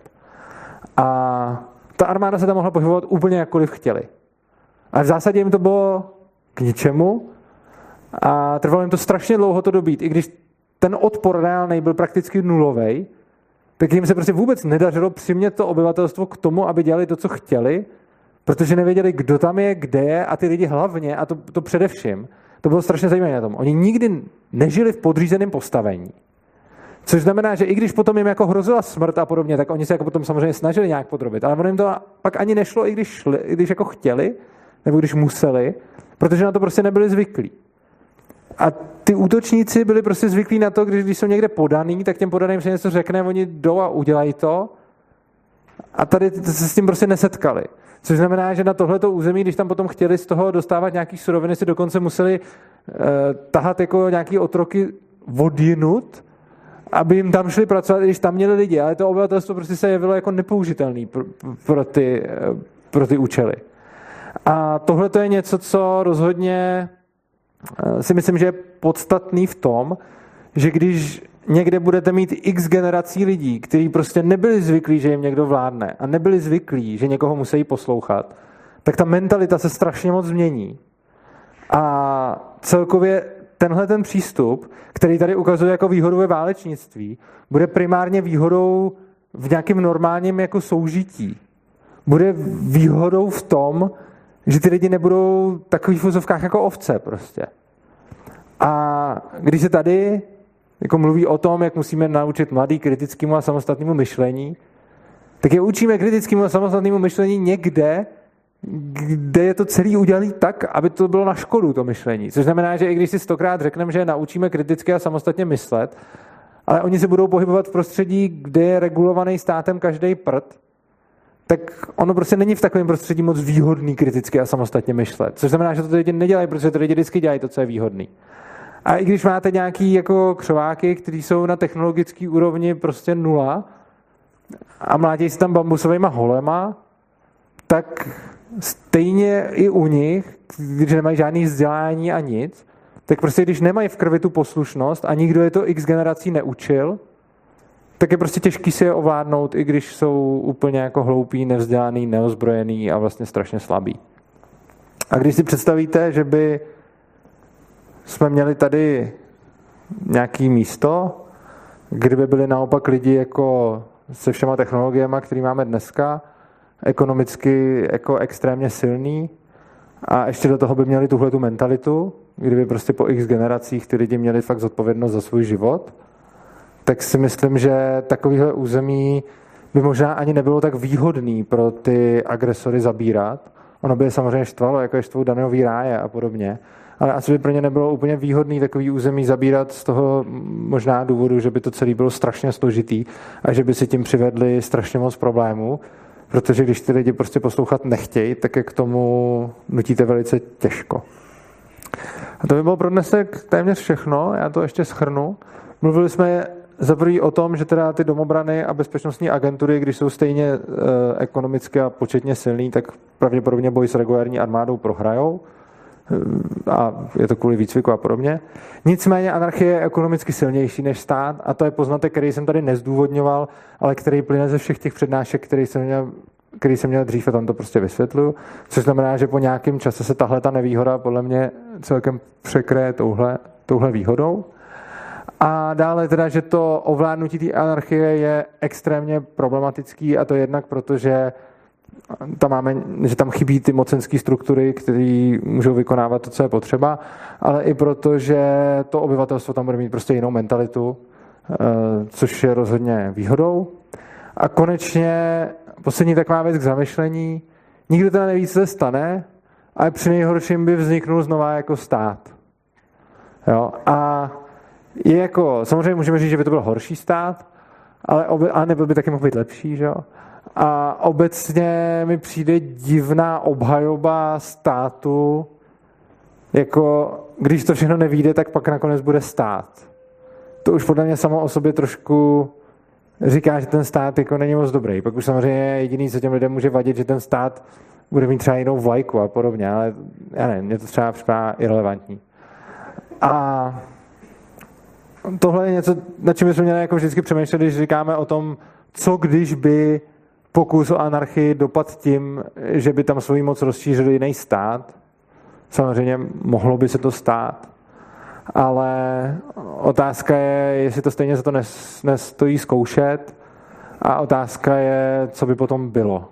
A ta armáda se tam mohla pohybovat úplně jakkoliv chtěli. A v zásadě jim to bylo k ničemu a trvalo jim to strašně dlouho to dobít. I když ten odpor reálnej byl prakticky nulovej, tak jim se prostě vůbec nedařilo přimět to obyvatelstvo k tomu, aby dělali to, co chtěli, protože nevěděli, kdo tam je, kde je a ty lidi hlavně, a to, to především, to bylo strašně zajímavé na tom. Oni nikdy nežili v podřízeném postavení. Což znamená, že i když potom jim jako hrozila smrt a podobně, tak oni se jako potom samozřejmě snažili nějak podrobit. Ale ono jim to pak ani nešlo, i když, šli, i když jako chtěli, nebo když museli, protože na to prostě nebyli zvyklí. A ty útočníci byli prostě zvyklí na to, když, když jsou někde podaný, tak těm podaným se něco řekne, oni jdou a udělají to. A tady se s tím prostě nesetkali. Což znamená, že na tohleto území, když tam potom chtěli z toho dostávat nějaký suroviny, si dokonce museli uh, tahat jako nějaký otroky odjinut, aby jim tam šli pracovat, když tam měli lidi. Ale to obyvatelstvo prostě se jevilo jako nepoužitelný pro, pro, ty, pro ty účely. A tohle to je něco, co rozhodně si myslím, že je podstatný v tom, že když někde budete mít x generací lidí, kteří prostě nebyli zvyklí, že jim někdo vládne a nebyli zvyklí, že někoho musí poslouchat, tak ta mentalita se strašně moc změní. A celkově tenhle ten přístup, který tady ukazuje jako výhodu ve válečnictví, bude primárně výhodou v nějakém normálním jako soužití. Bude výhodou v tom, že ty lidi nebudou takový v úzovkách jako ovce prostě. A když se tady jako mluví o tom, jak musíme naučit mladý kritickému a samostatnému myšlení, tak je učíme kritickému a samostatnému myšlení někde, kde je to celý udělaný tak, aby to bylo na škodu, to myšlení. Což znamená, že i když si stokrát řekneme, že naučíme kriticky a samostatně myslet, ale oni se budou pohybovat v prostředí, kde je regulovaný státem každý prd, tak ono prostě není v takovém prostředí moc výhodný kriticky a samostatně myšlet. Což znamená, že to ty lidi nedělají, protože to lidi vždycky dělají to, co je výhodný. A i když máte nějaký jako křováky, kteří jsou na technologické úrovni prostě nula a mlátějí se tam bambusovýma holema, tak stejně i u nich, když nemají žádný vzdělání a nic, tak prostě když nemají v krvi tu poslušnost a nikdo je to x generací neučil, tak je prostě těžký si je ovládnout, i když jsou úplně jako hloupí, nevzdělaný, neozbrojený a vlastně strašně slabý. A když si představíte, že by jsme měli tady nějaký místo, kdyby byli naopak lidi jako se všema technologiemi, které máme dneska, ekonomicky jako extrémně silný a ještě do toho by měli tuhletu mentalitu, kdyby prostě po x generacích ty lidi měli fakt zodpovědnost za svůj život, tak si myslím, že takovýhle území by možná ani nebylo tak výhodný pro ty agresory zabírat. Ono by je samozřejmě štvalo, jako je štvou daňový ráje a podobně, ale asi by pro ně nebylo úplně výhodný takový území zabírat z toho možná důvodu, že by to celé bylo strašně složitý a že by si tím přivedli strašně moc problémů, protože když ty lidi prostě poslouchat nechtějí, tak je k tomu nutíte velice těžko. A to by bylo pro dnesek téměř všechno, já to ještě shrnu. Mluvili jsme za prvý o tom, že teda ty domobrany a bezpečnostní agentury, když jsou stejně e, ekonomicky a početně silný, tak pravděpodobně boj s regulární armádou prohrajou a je to kvůli výcviku a podobně. Nicméně anarchie je ekonomicky silnější než stát a to je poznatek, který jsem tady nezdůvodňoval, ale který plyne ze všech těch přednášek, který jsem měl, který jsem měl dřív a tam to prostě vysvětluju, což znamená, že po nějakém čase se tahle ta nevýhoda podle mě celkem překryje touhle, touhle výhodou. A dále teda, že to ovládnutí té anarchie je extrémně problematický a to jednak proto, že tam máme, že tam chybí ty mocenské struktury, které můžou vykonávat to, co je potřeba, ale i proto, že to obyvatelstvo tam bude mít prostě jinou mentalitu, což je rozhodně výhodou. A konečně poslední taková věc k zamyšlení. Nikdo teda neví, co se stane, ale při nejhorším by vzniknul znova jako stát. Jo? A je jako, samozřejmě můžeme říct, že by to byl horší stát, ale obe, a nebyl by taky mohl být lepší, že jo? A obecně mi přijde divná obhajoba státu, jako když to všechno nevyjde, tak pak nakonec bude stát. To už podle mě samo o sobě trošku říká, že ten stát jako není moc dobrý. Pak už samozřejmě jediný, co těm lidem může vadit, že ten stát bude mít třeba jinou vlajku a podobně, ale já nevím, mě to třeba připadá irelevantní. A tohle je něco, na čem jsme měli jako vždycky přemýšlet, když říkáme o tom, co když by pokus o anarchii dopad tím, že by tam svoji moc rozšířil jiný stát. Samozřejmě mohlo by se to stát, ale otázka je, jestli to stejně za to nestojí zkoušet a otázka je, co by potom bylo.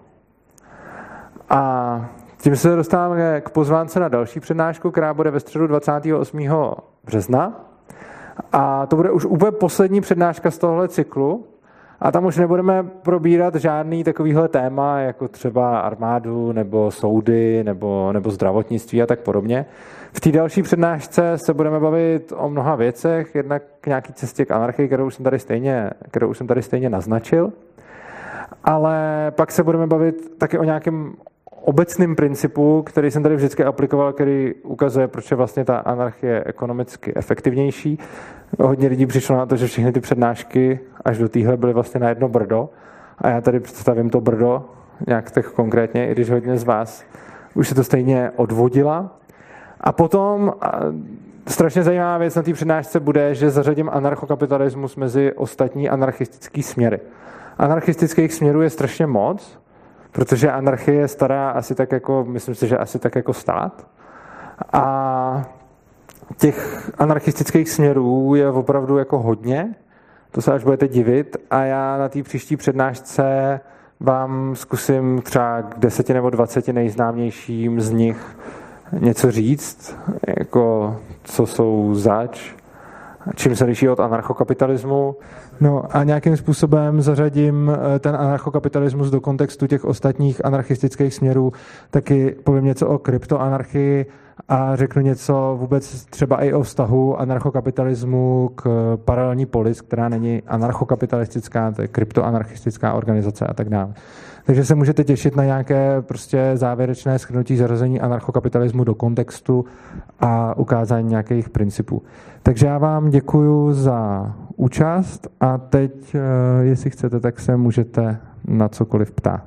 A tím se dostáváme k pozvánce na další přednášku, která bude ve středu dvacátého osmého března. A to bude už úplně poslední přednáška z tohohle cyklu. A tam už nebudeme probírat žádný takovýhle téma, jako třeba armádu, nebo soudy, nebo, nebo zdravotnictví a tak podobně. V té další přednášce se budeme bavit o mnoha věcech, jednak k nějaký cestě k anarchii, kterou už jsem tady stejně, kterou už jsem tady stejně naznačil. Ale pak se budeme bavit taky o nějakém obecným principu, který jsem tady vždycky aplikoval, který ukazuje, proč je vlastně ta anarchie ekonomicky efektivnější. Hodně lidí přišlo na to, že všechny ty přednášky až do téhle byly vlastně na jedno brdo a já tady představím to brdo nějak tak konkrétně, i když hodně z vás už se to stejně odvodila. A potom a strašně zajímavá věc na té přednášce bude, že zařadím anarchokapitalismus mezi ostatní anarchistické směry. Anarchistických směrů je strašně moc, protože anarchie je stará asi tak jako, myslím si, že asi tak jako stát. A těch anarchistických směrů je opravdu jako hodně, to se až budete divit a já na té příští přednášce vám zkusím třeba k deseti nebo dvaceti nejznámějším z nich něco říct, jako co jsou zač čím se liší od anarchokapitalismu. No a nějakým způsobem zařadím ten anarchokapitalismus do kontextu těch ostatních anarchistických směrů, taky povím něco o kryptoanarchii a řeknu něco vůbec třeba i o vztahu anarchokapitalismu k paralelní polis, která není anarchokapitalistická, to je kryptoanarchistická organizace a tak dále. Takže se můžete těšit na nějaké prostě závěrečné shrnutí zařazení anarchokapitalismu do kontextu a ukázání nějakých principů. Takže já vám děkuju za účast a teď, jestli chcete, tak se můžete na cokoliv ptát.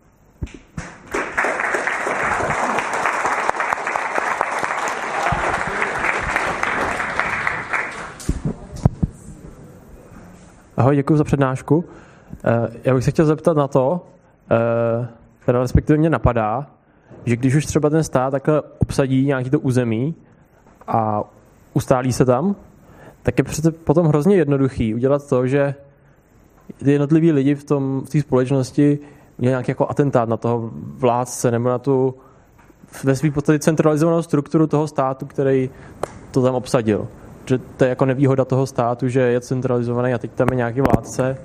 Ahoj, děkuji za přednášku. Já bych se chtěl zeptat na to, teda respektive mě napadá, že když už třeba ten stát takhle obsadí nějaký to území a ustálí se tam, tak je přece potom hrozně jednoduchý udělat to, že ty jednotliví lidi v tom v té společnosti měli nějaký jako atentát na toho vládce nebo na tu ve svým podstatě centralizovanou strukturu toho státu, který to tam obsadil. Že to je jako nevýhoda toho státu, že je centralizovaný a teď tam je nějaký vládce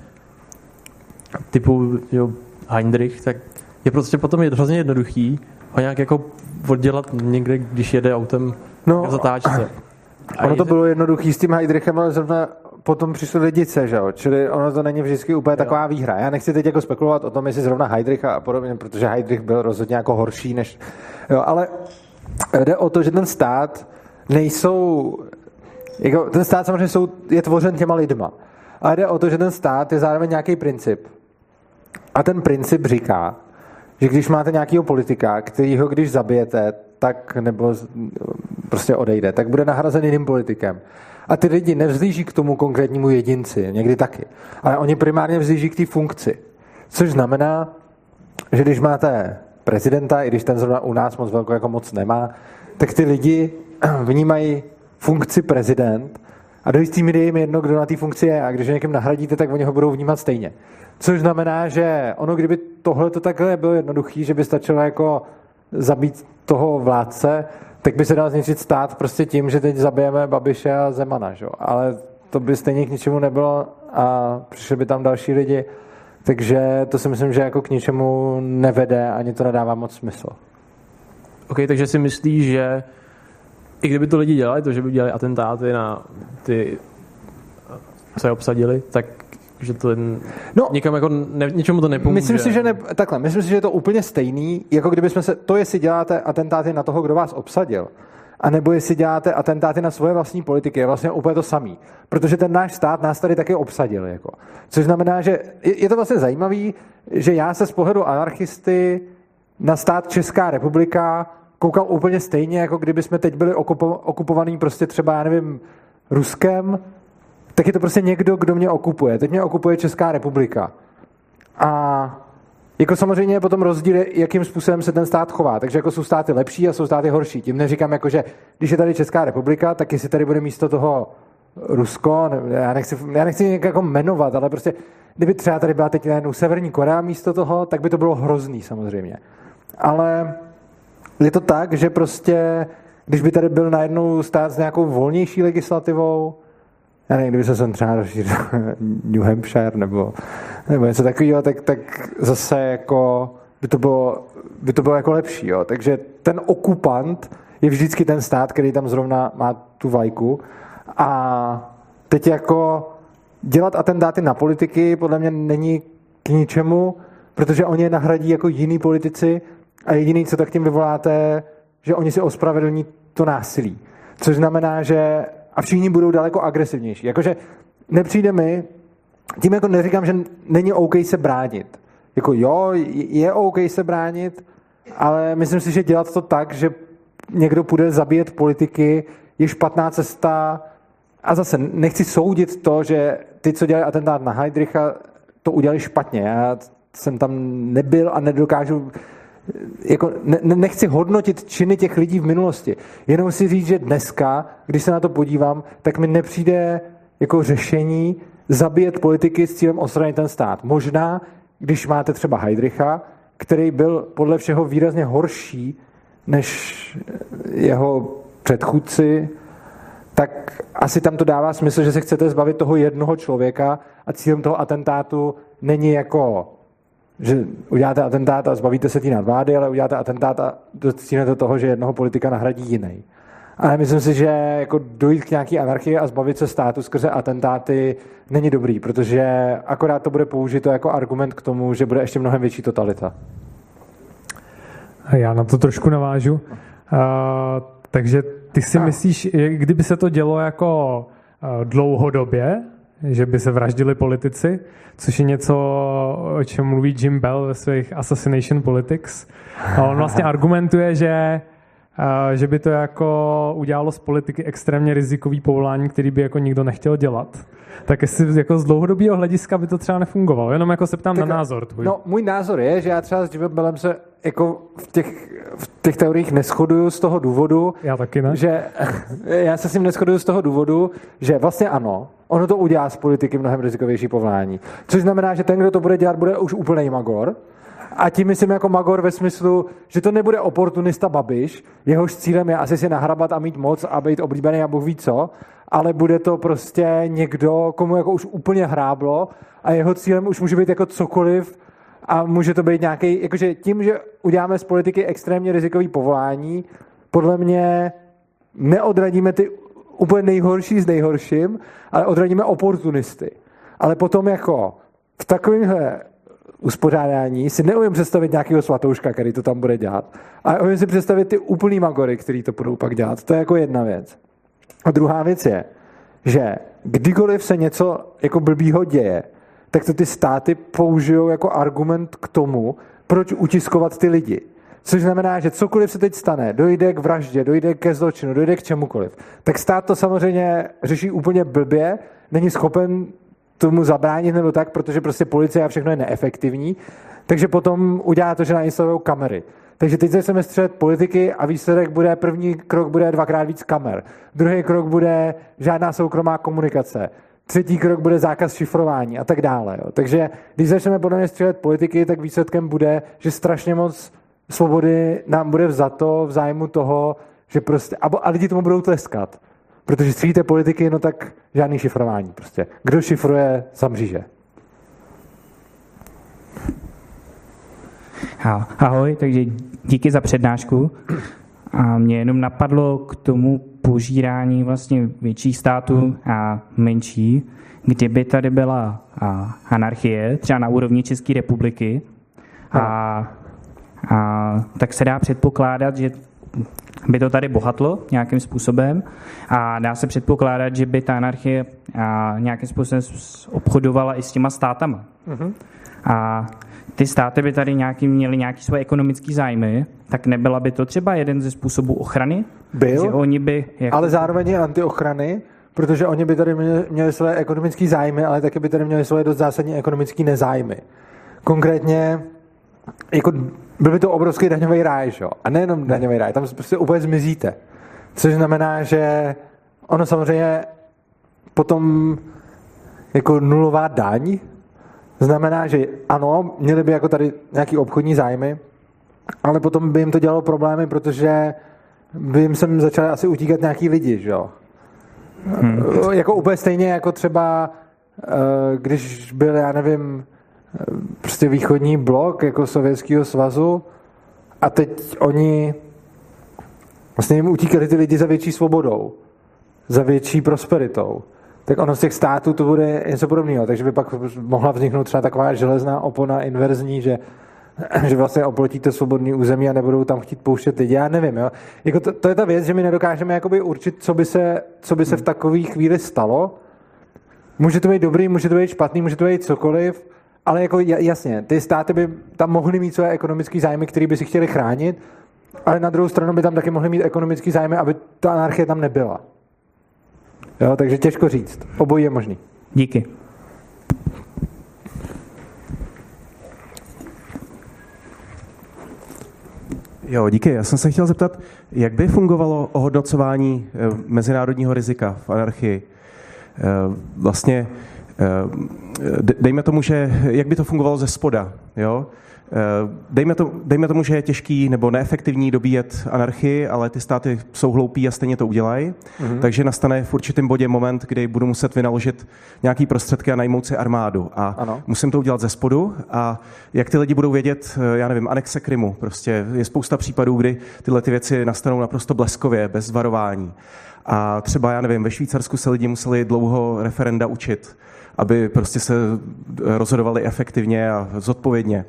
typu jo, Heinrich, tak je prostě potom je hrozně jednoduchý ho nějak jako oddělat někde, když jede autem no, v zatáčce. A ono to bylo jednoduchý s tím Heydrichem, ale zrovna potom přišly lidice, že jo? Čili ono to není vždycky úplně jo. taková výhra. Já nechci teď jako spekulovat o tom, jestli zrovna Heydrich a podobně, protože Heydrich byl rozhodně jako horší než... Jo, ale jde o to, že ten stát nejsou... Jako, ten stát samozřejmě jsou, je tvořen těma lidma. Ale jde o to, že ten stát je zároveň nějaký princip. A ten princip říká, že když máte nějakého politika, kterýho když zabijete, tak nebo prostě odejde, tak bude nahrazen jiným politikem. A ty lidi nevzlíží k tomu konkrétnímu jedinci, někdy taky. Ale oni primárně vzlíží k té funkci. Což znamená, že když máte prezidenta, i když ten zrovna u nás moc velkou jako moc nemá, tak ty lidi vnímají funkci prezident a do jistý míry jim jedno, kdo na té funkci je, a když ho někým nahradíte, tak oni ho budou vnímat stejně. Což znamená, že ono, kdyby tohle to takhle bylo jednoduchý, že by stačilo jako zabít toho vládce, tak by se dal zničit stát prostě tím, že teď zabijeme Babiše a Zemana, že? Ale to by stejně k ničemu nebylo a přišli by tam další lidi, takže to si myslím, že jako k ničemu nevede, ani to nedává moc smysl. OK, takže si myslíš, že i kdyby to lidi dělali, to, že by dělali atentáty na ty, co je obsadili, tak že to no, nikam jako ne, ničemu to nepomůže. Myslím si, že ne, takhle, myslím si, že je to úplně stejný, jako kdybychom se, to jestli děláte atentáty na toho, kdo vás obsadil, a nebo jestli děláte atentáty na svoje vlastní politiky, je vlastně úplně to samý. Protože ten náš stát nás tady taky obsadil. Jako. Což znamená, že je, je to vlastně zajímavý, že já se z pohledu anarchisty na stát Česká republika koukám úplně stejně, jako kdyby jsme teď byli okupo, okupovaný prostě třeba, já nevím, Ruskem, tak je to prostě někdo, kdo mě okupuje. Teď mě okupuje Česká republika. A jako samozřejmě je potom rozdíl, jakým způsobem se ten stát chová. Takže jako jsou státy lepší a jsou státy horší. Tím neříkám, jako, že když je tady Česká republika, tak jestli tady bude místo toho Rusko, já nechci, já nechci nějak jako jmenovat, ale prostě kdyby třeba tady byla teď najednou Severní Korea místo toho, tak by to bylo hrozný samozřejmě. Ale je to tak, že prostě, když by tady byl najednou stát s nějakou volnější legislativou, já nevím, kdyby se sem třeba rozšířil New Hampshire nebo, nebo něco takového, tak, tak zase jako by to bylo, by to bylo jako lepší. Jo. Takže ten okupant je vždycky ten stát, který tam zrovna má tu vlajku. A teď jako dělat atentáty na politiky podle mě není k ničemu, protože oni je nahradí jako jiní politici a jediný, co tak tím vyvoláte, že oni si ospravedlní to násilí. Což znamená, že a všichni budou daleko agresivnější. Jakože nepřijde mi, tím jako neříkám, že není OK se bránit. Jako jo, je OK se bránit, ale myslím si, že dělat to tak, že někdo půjde zabíjet politiky, je špatná cesta. A zase nechci soudit to, že ty, co dělají atentát na Heydricha, to udělali špatně. Já jsem tam nebyl a nedokážu jako ne, nechci hodnotit činy těch lidí v minulosti. Jenom si říct, že dneska, když se na to podívám, tak mi nepřijde jako řešení zabíjet politiky s cílem odstranit ten stát. Možná, když máte třeba Heydricha, který byl podle všeho výrazně horší než jeho předchůdci, tak asi tam to dává smysl, že se chcete zbavit toho jednoho člověka a cílem toho atentátu není jako, že uděláte atentát a zbavíte se té nadvlády, ale uděláte atentát a docílíte toho, že jednoho politika nahradí jiný. Ale myslím si, že jako dojít k nějaké anarchii a zbavit se státu skrze atentáty není dobrý, protože akorát to bude použito jako argument k tomu, že bude ještě mnohem větší totalita. Já na to trošku navážu. Uh, takže ty si myslíš, kdyby se to dělo jako uh, dlouhodobě, že by se vraždili politici, což je něco, o čem mluví Jim Bell ve svých Assassination Politics. A on vlastně argumentuje, že že by to jako udělalo z politiky extrémně rizikový povolání, který by jako nikdo nechtěl dělat. Tak jestli jako z dlouhodobého hlediska by to třeba nefungovalo. Jenom jako se ptám tak, na názor tvůj. No, můj názor je, že já třeba s Jimem Bellem se jako v těch, v těch teoriích neshoduju z toho důvodu, já taky ne. Že já se s ním neshoduju z toho důvodu, že vlastně ano, ono to udělá z politiky mnohem rizikovější povolání. Což znamená, že ten, kdo to bude dělat, bude už úplnej magor. A tím myslím jako magor ve smyslu, že to nebude oportunista Babiš, jehož cílem je asi si nahrabat a mít moc a být oblíbený a Bůh ví co, ale bude to prostě někdo, komu jako už úplně hráblo a jeho cílem už může být jako cokoliv a může to být nějaký, jakože tím, že uděláme z politiky extrémně rizikový povolání, podle mě neodradíme ty úplně nejhorší s nejhorším, ale odradíme oportunisty. Ale potom jako v takovémhle uspořádání si neumím představit nějakého svatouška, který to tam bude dělat, ale umím si představit ty úplný magory, který to budou pak dělat. To je jako jedna věc. A druhá věc je, že kdykoliv se něco jako blbýho děje, tak to ty státy použijou jako argument k tomu, proč utiskovat ty lidi. Což znamená, že cokoliv se teď stane, dojde k vraždě, dojde ke zločinu, dojde k čemukoliv, tak stát to samozřejmě řeší úplně blbě, není schopen tomu zabránit nebo tak, protože prostě policie a všechno je neefektivní, takže potom udělá to, že nainstalují kamery. Takže teď začneme střelet politiky a výsledek bude, první krok bude dvakrát víc kamer, druhý krok bude žádná soukromá komunikace, třetí krok bude zákaz šifrování a tak dále. Jo. Takže když začneme podle mě střelet politiky, tak výsledkem bude, že strašně moc svobody nám bude vzato v zájmu toho, že prostě, a lidi tomu budou tleskat. Protože střílíte politiky, no tak žádný šifrování prostě. Kdo šifruje, zamříže. Ahoj, takže díky za přednášku. A mě jenom napadlo k tomu požírání vlastně větších států a menší, kdyby tady byla anarchie, třeba na úrovni České republiky, a, a tak se dá předpokládat, že by to tady bohatlo nějakým způsobem a dá se předpokládat, že by ta anarchie a nějakým způsobem obchodovala i s těma státama. Uh-huh. A ty státy by tady nějaký, měly nějaké svoje ekonomické zájmy, tak nebyla by to třeba jeden ze způsobů ochrany? Byl, že oni by jako... ale zároveň i antiochrany, protože oni by tady měli, měli své ekonomické zájmy, ale taky by tady měli své dost zásadní ekonomické nezájmy. Konkrétně jako byl by to obrovský daňový ráj, že? A nejenom daňový ráj, tam prostě úplně zmizíte. Což znamená, že ono samozřejmě potom jako nulová daň znamená, že ano, měli by jako tady nějaký obchodní zájmy, ale potom by jim to dělalo problémy, protože by jim sem začali asi utíkat nějaký lidi, že jo? Hmm. Jako úplně stejně jako třeba, když byl, já nevím, prostě východní blok jako Sovětského svazu a teď oni vlastně jim utíkali ty lidi za větší svobodou, za větší prosperitou. Tak ono z těch států to bude něco podobného, takže by pak mohla vzniknout třeba taková železná opona inverzní, že, že vlastně oplotíte svobodný území a nebudou tam chtít pouštět lidi. Já nevím, jo. Jako to, to je ta věc, že my nedokážeme jakoby určit, co by se, co by se v takové chvíli stalo. Může to být dobrý, může to být špatný, může to být cokoliv, ale jako jasně, ty státy by tam mohly mít své ekonomické zájmy, které by si chtěli chránit, ale na druhou stranu by tam taky mohly mít ekonomické zájmy, aby ta anarchie tam nebyla. Jo, takže těžko říct. Obojí je možný. Díky. Jo, díky. Já jsem se chtěl zeptat, jak by fungovalo ohodnocování mezinárodního rizika v anarchii? Vlastně dejme tomu, že jak by to fungovalo ze spoda, jo? Dejme, to, dejme tomu, že je těžký nebo neefektivní dobíjet anarchii, ale ty státy jsou hloupí a stejně to udělají. Mm-hmm. Takže nastane v určitém bodě moment, kdy budu muset vynaložit nějaký prostředky a najmout si armádu. A ano. musím to udělat ze spodu. A jak ty lidi budou vědět, já nevím, anexe Krymu. Prostě je spousta případů, kdy tyhle ty věci nastanou naprosto bleskově, bez varování. A třeba, já nevím, ve Švýcarsku se lidi museli dlouho referenda učit, aby prostě se rozhodovali efektivně a zodpovědně.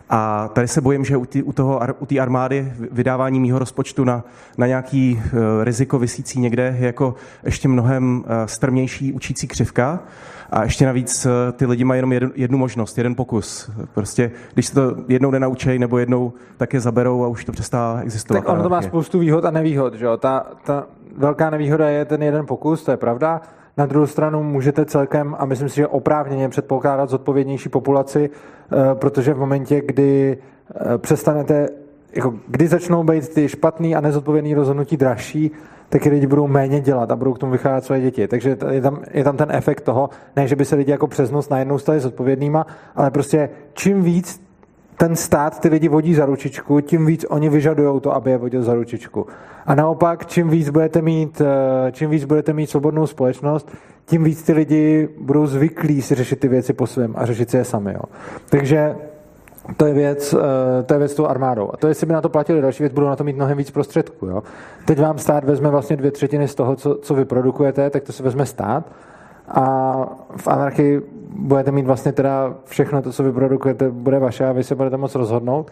A tady se bojím, že u, tý, u toho u té armády vydávání mýho rozpočtu na, na nějaký uh, riziko visící někde je jako ještě mnohem uh, strmější učící křivka. A ještě navíc uh, ty lidi mají jenom jednu, jednu možnost, jeden pokus. Prostě, když se to jednou nenaučejí, nebo jednou tak je zaberou a už to přestává existovat. Tak ono to má spoustu výhod a nevýhod. Že jo? Ta, ta velká nevýhoda je ten jeden pokus, to je pravda. Na druhou stranu můžete celkem, a myslím si, že oprávněně předpokládat zodpovědnější populaci, protože v momentě, kdy přestanete, jako kdy začnou být ty špatný a nezodpovědný rozhodnutí dražší, tak lidi budou méně dělat a budou k tomu vychávat své děti. Takže je tam, je tam ten efekt toho, ne, že by se lidi jako přes noc najednou stali zodpovědnýma, ale prostě čím víc ten stát ty lidi vodí za ručičku, tím víc oni vyžadujou to, aby je vodil za ručičku. A naopak, čím víc budete mít, čím víc budete mít svobodnou společnost, tím víc ty lidi budou zvyklí si řešit ty věci po svém a řešit si je sami. Jo. Takže to je věc, to je věc s tou armádou. A to, jestli by na to platili další věc, budou na to mít mnohem víc prostředků. Jo. Teď vám stát vezme vlastně dvě třetiny z toho, co, co vy produkujete, tak to se vezme stát. A v anarchii budete mít vlastně teda všechno to, co vy produkujete, bude vaše a vy se budete moct rozhodnout.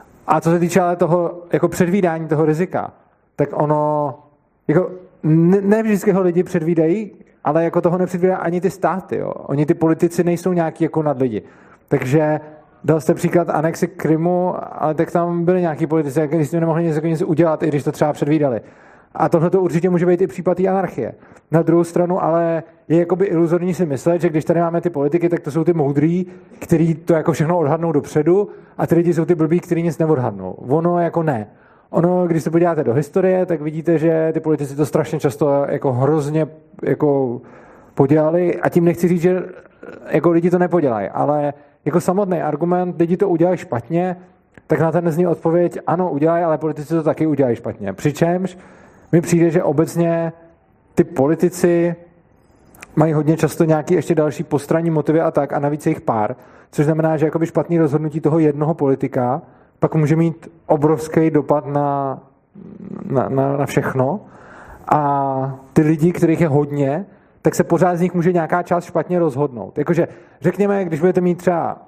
A co se týče ale toho jako předvídání toho rizika, tak ono, jako ne, ne vždycky ho lidi předvídají, ale jako toho nepředvídají ani ty státy. Jo. Oni ty politici nejsou nějaký jako nad lidi. Takže dal jste příklad anexy Krymu, ale tak tam byli nějaký politici, kteří s tím nemohli něco, něco udělat, i když to třeba předvídali. A tohle to určitě může být i případ té anarchie. Na druhou stranu ale je jakoby iluzorní si myslet, že když tady máme ty politiky, tak to jsou ty moudrý, kteří to jako všechno odhadnou dopředu a ty lidi jsou ty blbí, kteří nic neodhadnou. Ono jako ne. Ono, když se podíváte do historie, tak vidíte, že ty politici to strašně často jako hrozně jako podělali a tím nechci říct, že jako lidi to nepodělají, ale jako samotný argument, lidi to udělají špatně, tak na ten nezní odpověď, ano, udělají, ale politici to taky udělají špatně. Přičemž mi přijde, že obecně ty politici mají hodně často nějaký ještě další postranní motivy a tak a navíc je jich pár, což znamená, že jakoby špatný rozhodnutí toho jednoho politika pak může mít obrovský dopad na, na, na, na všechno a ty lidi, kterých je hodně, tak se pořád z nich může nějaká část špatně rozhodnout. Jakože řekněme, když budete mít třeba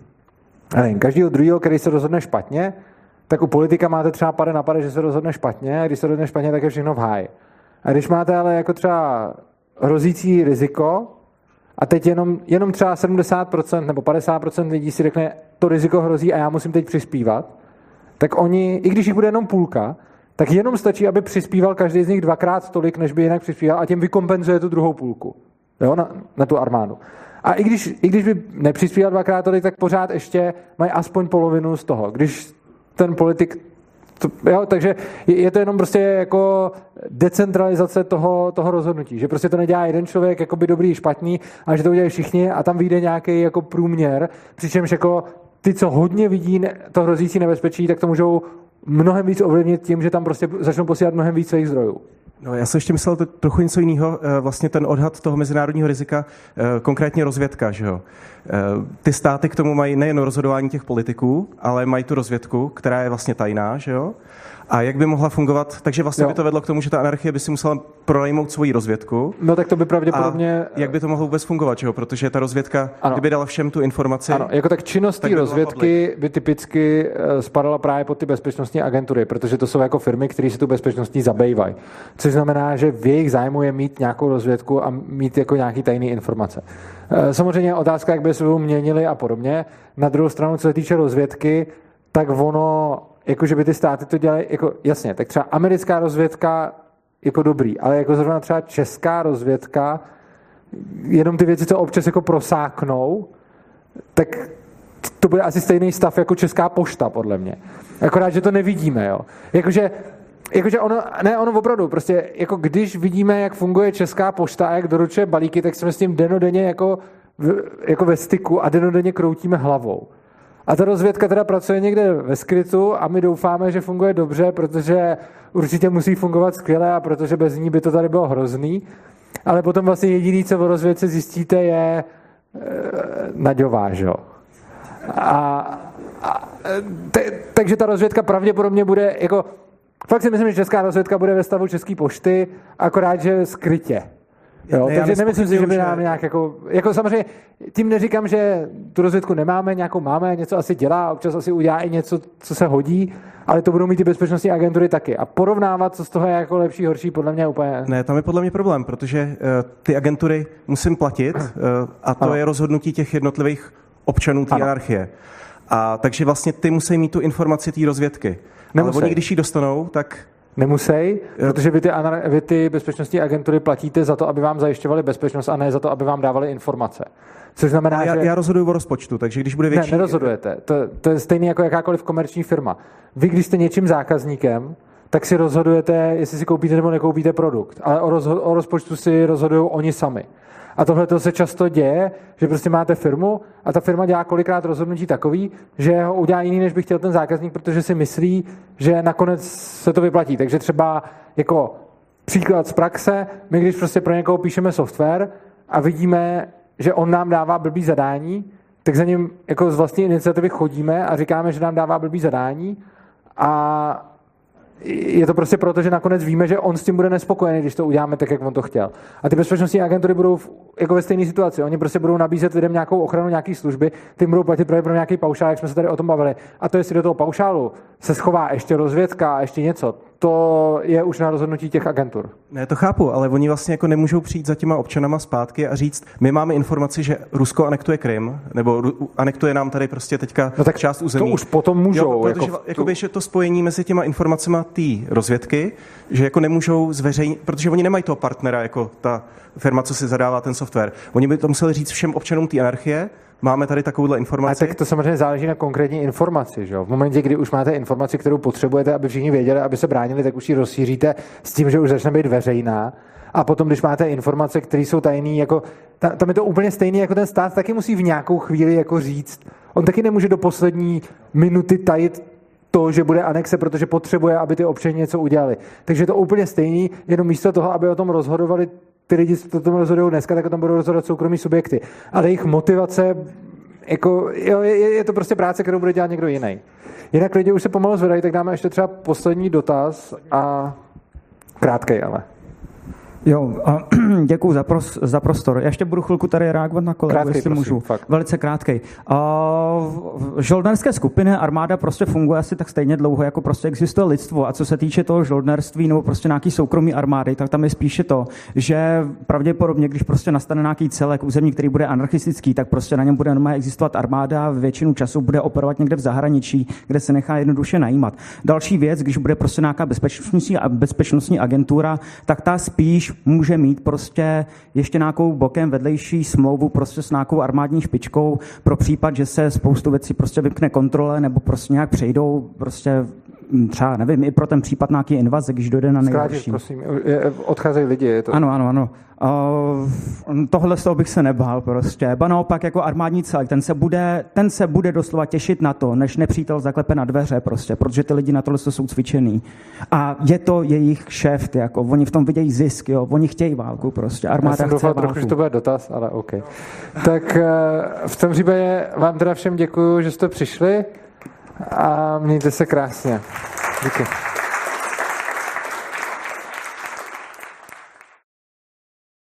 nevím, každýho druhého, který se rozhodne špatně, tak u politika máte třeba pade na pade, že se rozhodne špatně, a když se rozhodne špatně, tak je všechno v háji. A když máte ale jako třeba hrozící riziko a teď jenom, jenom třeba sedmdesát procent nebo padesát procent lidí si řekne, to riziko hrozí a já musím teď přispívat, tak oni, i když jich bude jenom půlka, tak jenom stačí, aby přispíval každý z nich dvakrát tolik, než by jinak přispíval a tím vykompenzuje tu druhou půlku, jo, na, na tu armádu. A i když, i když by nepřispíval dvakrát tolik, tak pořád ještě mají aspoň polovinu z toho. Když ten politik, to, jo, takže je, je to jenom prostě jako decentralizace toho, toho rozhodnutí, že prostě to nedělá jeden člověk jakoby dobrý, špatný, a že to udělají všichni a tam vyjde nějaký jako průměr, přičemž jako ty, co hodně vidí to hrozící nebezpečí, tak to můžou mnohem víc ovlivnit tím, že tam prostě začnou posílat mnohem víc svých zdrojů. No, já jsem ještě myslel trochu něco jiného, vlastně ten odhad toho mezinárodního rizika, konkrétně rozvědka, že jo. Ty státy k tomu mají nejen rozhodování těch politiků, ale mají tu rozvědku, která je vlastně tajná, že jo. A jak by mohla fungovat, takže vlastně jo. by to vedlo k tomu, že ta anarchie by si musela pronajmout svoji rozvědku. No tak to by pravděpodobně... A jak by to mohlo vůbec fungovat, že jo? Protože ta rozvědka, ano. kdyby dala všem tu informaci... Ano, jako tak činnost té rozvědky by, by typicky spadala právě pod ty bezpečnostní agentury, protože to jsou jako firmy, které se tu bezpečnostní zabývají. Což znamená, že v jejich zájmu je mít nějakou rozvědku a mít jako nějaký tajný informace. Samozřejmě otázka, jak by se měnili a podobně. Na druhou stranu, co se týče rozvědky, tak ono... Jakože by ty státy to dělaly, jako jasně, tak třeba americká rozvědka jako dobrý, ale jako zrovna třeba česká rozvědka, jenom ty věci, co občas jako prosáknou, tak to bude asi stejný stav jako Česká pošta, podle mě. Akorát, že to nevidíme, jo. Jakože, jakože ono, ne, ono opravdu, prostě jako když vidíme, jak funguje Česká pošta a jak doručuje balíky, tak jsme s tím denodenně jako, jako ve styku a denodenně kroutíme hlavou. A ta rozvědka teda pracuje někde ve skrytu a my doufáme, že funguje dobře, protože určitě musí fungovat skvěle a protože bez ní by to tady bylo hrozný. Ale potom vlastně jediný, co o rozvědce zjistíte, je e, Naďová, že jo. A, a te, takže ta rozvědka pravděpodobně bude, jako, fakt si myslím, že česká rozvědka bude ve stavu České pošty, akorát, že skrytě. Jo, ne, takže nemyslím si, že by nám nějak jako, jako samozřejmě tím neříkám, že tu rozvědku nemáme, nějakou máme, něco asi dělá, občas asi udělá i něco, co se hodí, ale to budou mít ty bezpečnostní agentury taky. A porovnávat, co z toho je jako lepší, horší, podle mě úplně... Ne, tam je podle mě problém, protože uh, ty agentury musím platit uh, a to ano. je rozhodnutí těch jednotlivých občanů té anarchie. A takže vlastně ty musí mít tu informaci té rozvědky. Nemusej. Ale oni, když ji dostanou, tak... Nemusej, protože vy ty, anar- vy ty bezpečnostní agentury platíte za to, aby vám zajišťovali bezpečnost a ne za to, aby vám dávali informace. Což znamená, já, že... Já rozhoduju o rozpočtu, takže když bude větší... Ne, nerozhodujete. To, to je stejné jako jakákoliv komerční firma. Vy, když jste něčím zákazníkem, tak si rozhodujete, jestli si koupíte nebo nekoupíte produkt. Ale o, rozho- o rozpočtu si rozhodují oni sami. A tohle to se často děje, že prostě máte firmu a ta firma dělá kolikrát rozhodnutí takový, že ho udělá jiný, než by chtěl ten zákazník, protože si myslí, že nakonec se to vyplatí. Takže třeba jako příklad z praxe, my když prostě pro někoho píšeme software a vidíme, že on nám dává blbý zadání, tak za ním jako z vlastní iniciativy chodíme a říkáme, že nám dává blbý zadání a je to prostě proto, že nakonec víme, že on s tím bude nespokojený, když to uděláme tak, jak on to chtěl. A ty bezpečnostní agentury budou v, jako ve stejné situaci. Oni prostě budou nabízet lidem nějakou ochranu, nějaký služby, ty budou platit právě pro nějaký paušál, jak jsme se tady o tom bavili. A to, jestli do toho paušálu se schová ještě rozvědka a ještě něco, to je už na rozhodnutí těch agentur. Ne, to chápu, ale oni vlastně jako nemůžou přijít za těma občanama zpátky a říct, my máme informaci, že Rusko anektuje Krym, nebo anektuje nám tady prostě teďka no tak část území. To už potom můžou. Jo, protože jako, jako tu... to spojení mezi těma informacemi té rozvědky, že jako nemůžou zveřejnit, protože oni nemají toho partnera, jako ta firma, co si zadává ten software. Oni by to museli říct všem občanům té anarchie, máme tady takovouhle informaci. A tak to samozřejmě záleží na konkrétní informaci. Že? V momentě, kdy už máte informaci, kterou potřebujete, aby všichni věděli, aby se bránili, tak už ji rozšíříte s tím, že už začne být veřejná. A potom, když máte informace, které jsou tajné, jako, tam je to úplně stejné, jako ten stát taky musí v nějakou chvíli jako říct. On taky nemůže do poslední minuty tajit to, že bude anexe, protože potřebuje, aby ty občany něco udělali. Takže je to úplně stejný, jenom místo toho, aby o tom rozhodovali ty lidi, co o tom rozhodují dneska, tak o tom budou rozhodovat soukromí subjekty. Ale jejich motivace, jako, jo, je, je to prostě práce, kterou bude dělat někdo jiný. Jinak lidi už se pomalu zvedají, tak dáme ještě třeba poslední dotaz a krátkej, ale. Jo, děkuji za, pros, za prostor. Já ještě budu chvilku tady reagovat na kolegu, jestli prosím, můžu. Fakt. Velice krátkej. Uh, žoldnerské skupiny, armáda prostě funguje asi tak stejně dlouho, jako prostě existuje lidstvo. A co se týče toho žoldnerství nebo prostě nějaký soukromý armády, tak tam je spíše to, že pravděpodobně, když prostě nastane nějaký celek území, který bude anarchistický, tak prostě na něm bude normálně existovat armáda, většinu času bude operovat někde v zahraničí, kde se nechá jednoduše najímat. Další věc, když bude prostě nějaká bezpečnostní, bezpečnostní agentura, tak ta spíš může mít prostě ještě nějakou bokem vedlejší smlouvu prostě s nějakou armádní špičkou pro případ, že se spoustu věcí prostě vymkne kontrole nebo prostě nějak přejdou prostě třeba, nevím, i pro ten případ nějaký invaze, když dojde na nejhorší. Zkrátit, prosím, odcházejí lidi. Je to... Ano, ano, ano. Uh, tohle z toho bych se nebál prostě. Ba naopak jako armádní celek, ten se bude, ten se bude doslova těšit na to, než nepřítel zaklepe na dveře prostě, protože ty lidi na tohle jsou cvičený. A je to jejich šéft, jako oni v tom vidějí zisk, jo, oni chtějí válku prostě. Armáda Já jsem chce doufal válku. trochu, že to bude dotaz, ale OK. Tak v tom případě vám teda všem děkuju, že jste přišli a mějte se krásně. Díky.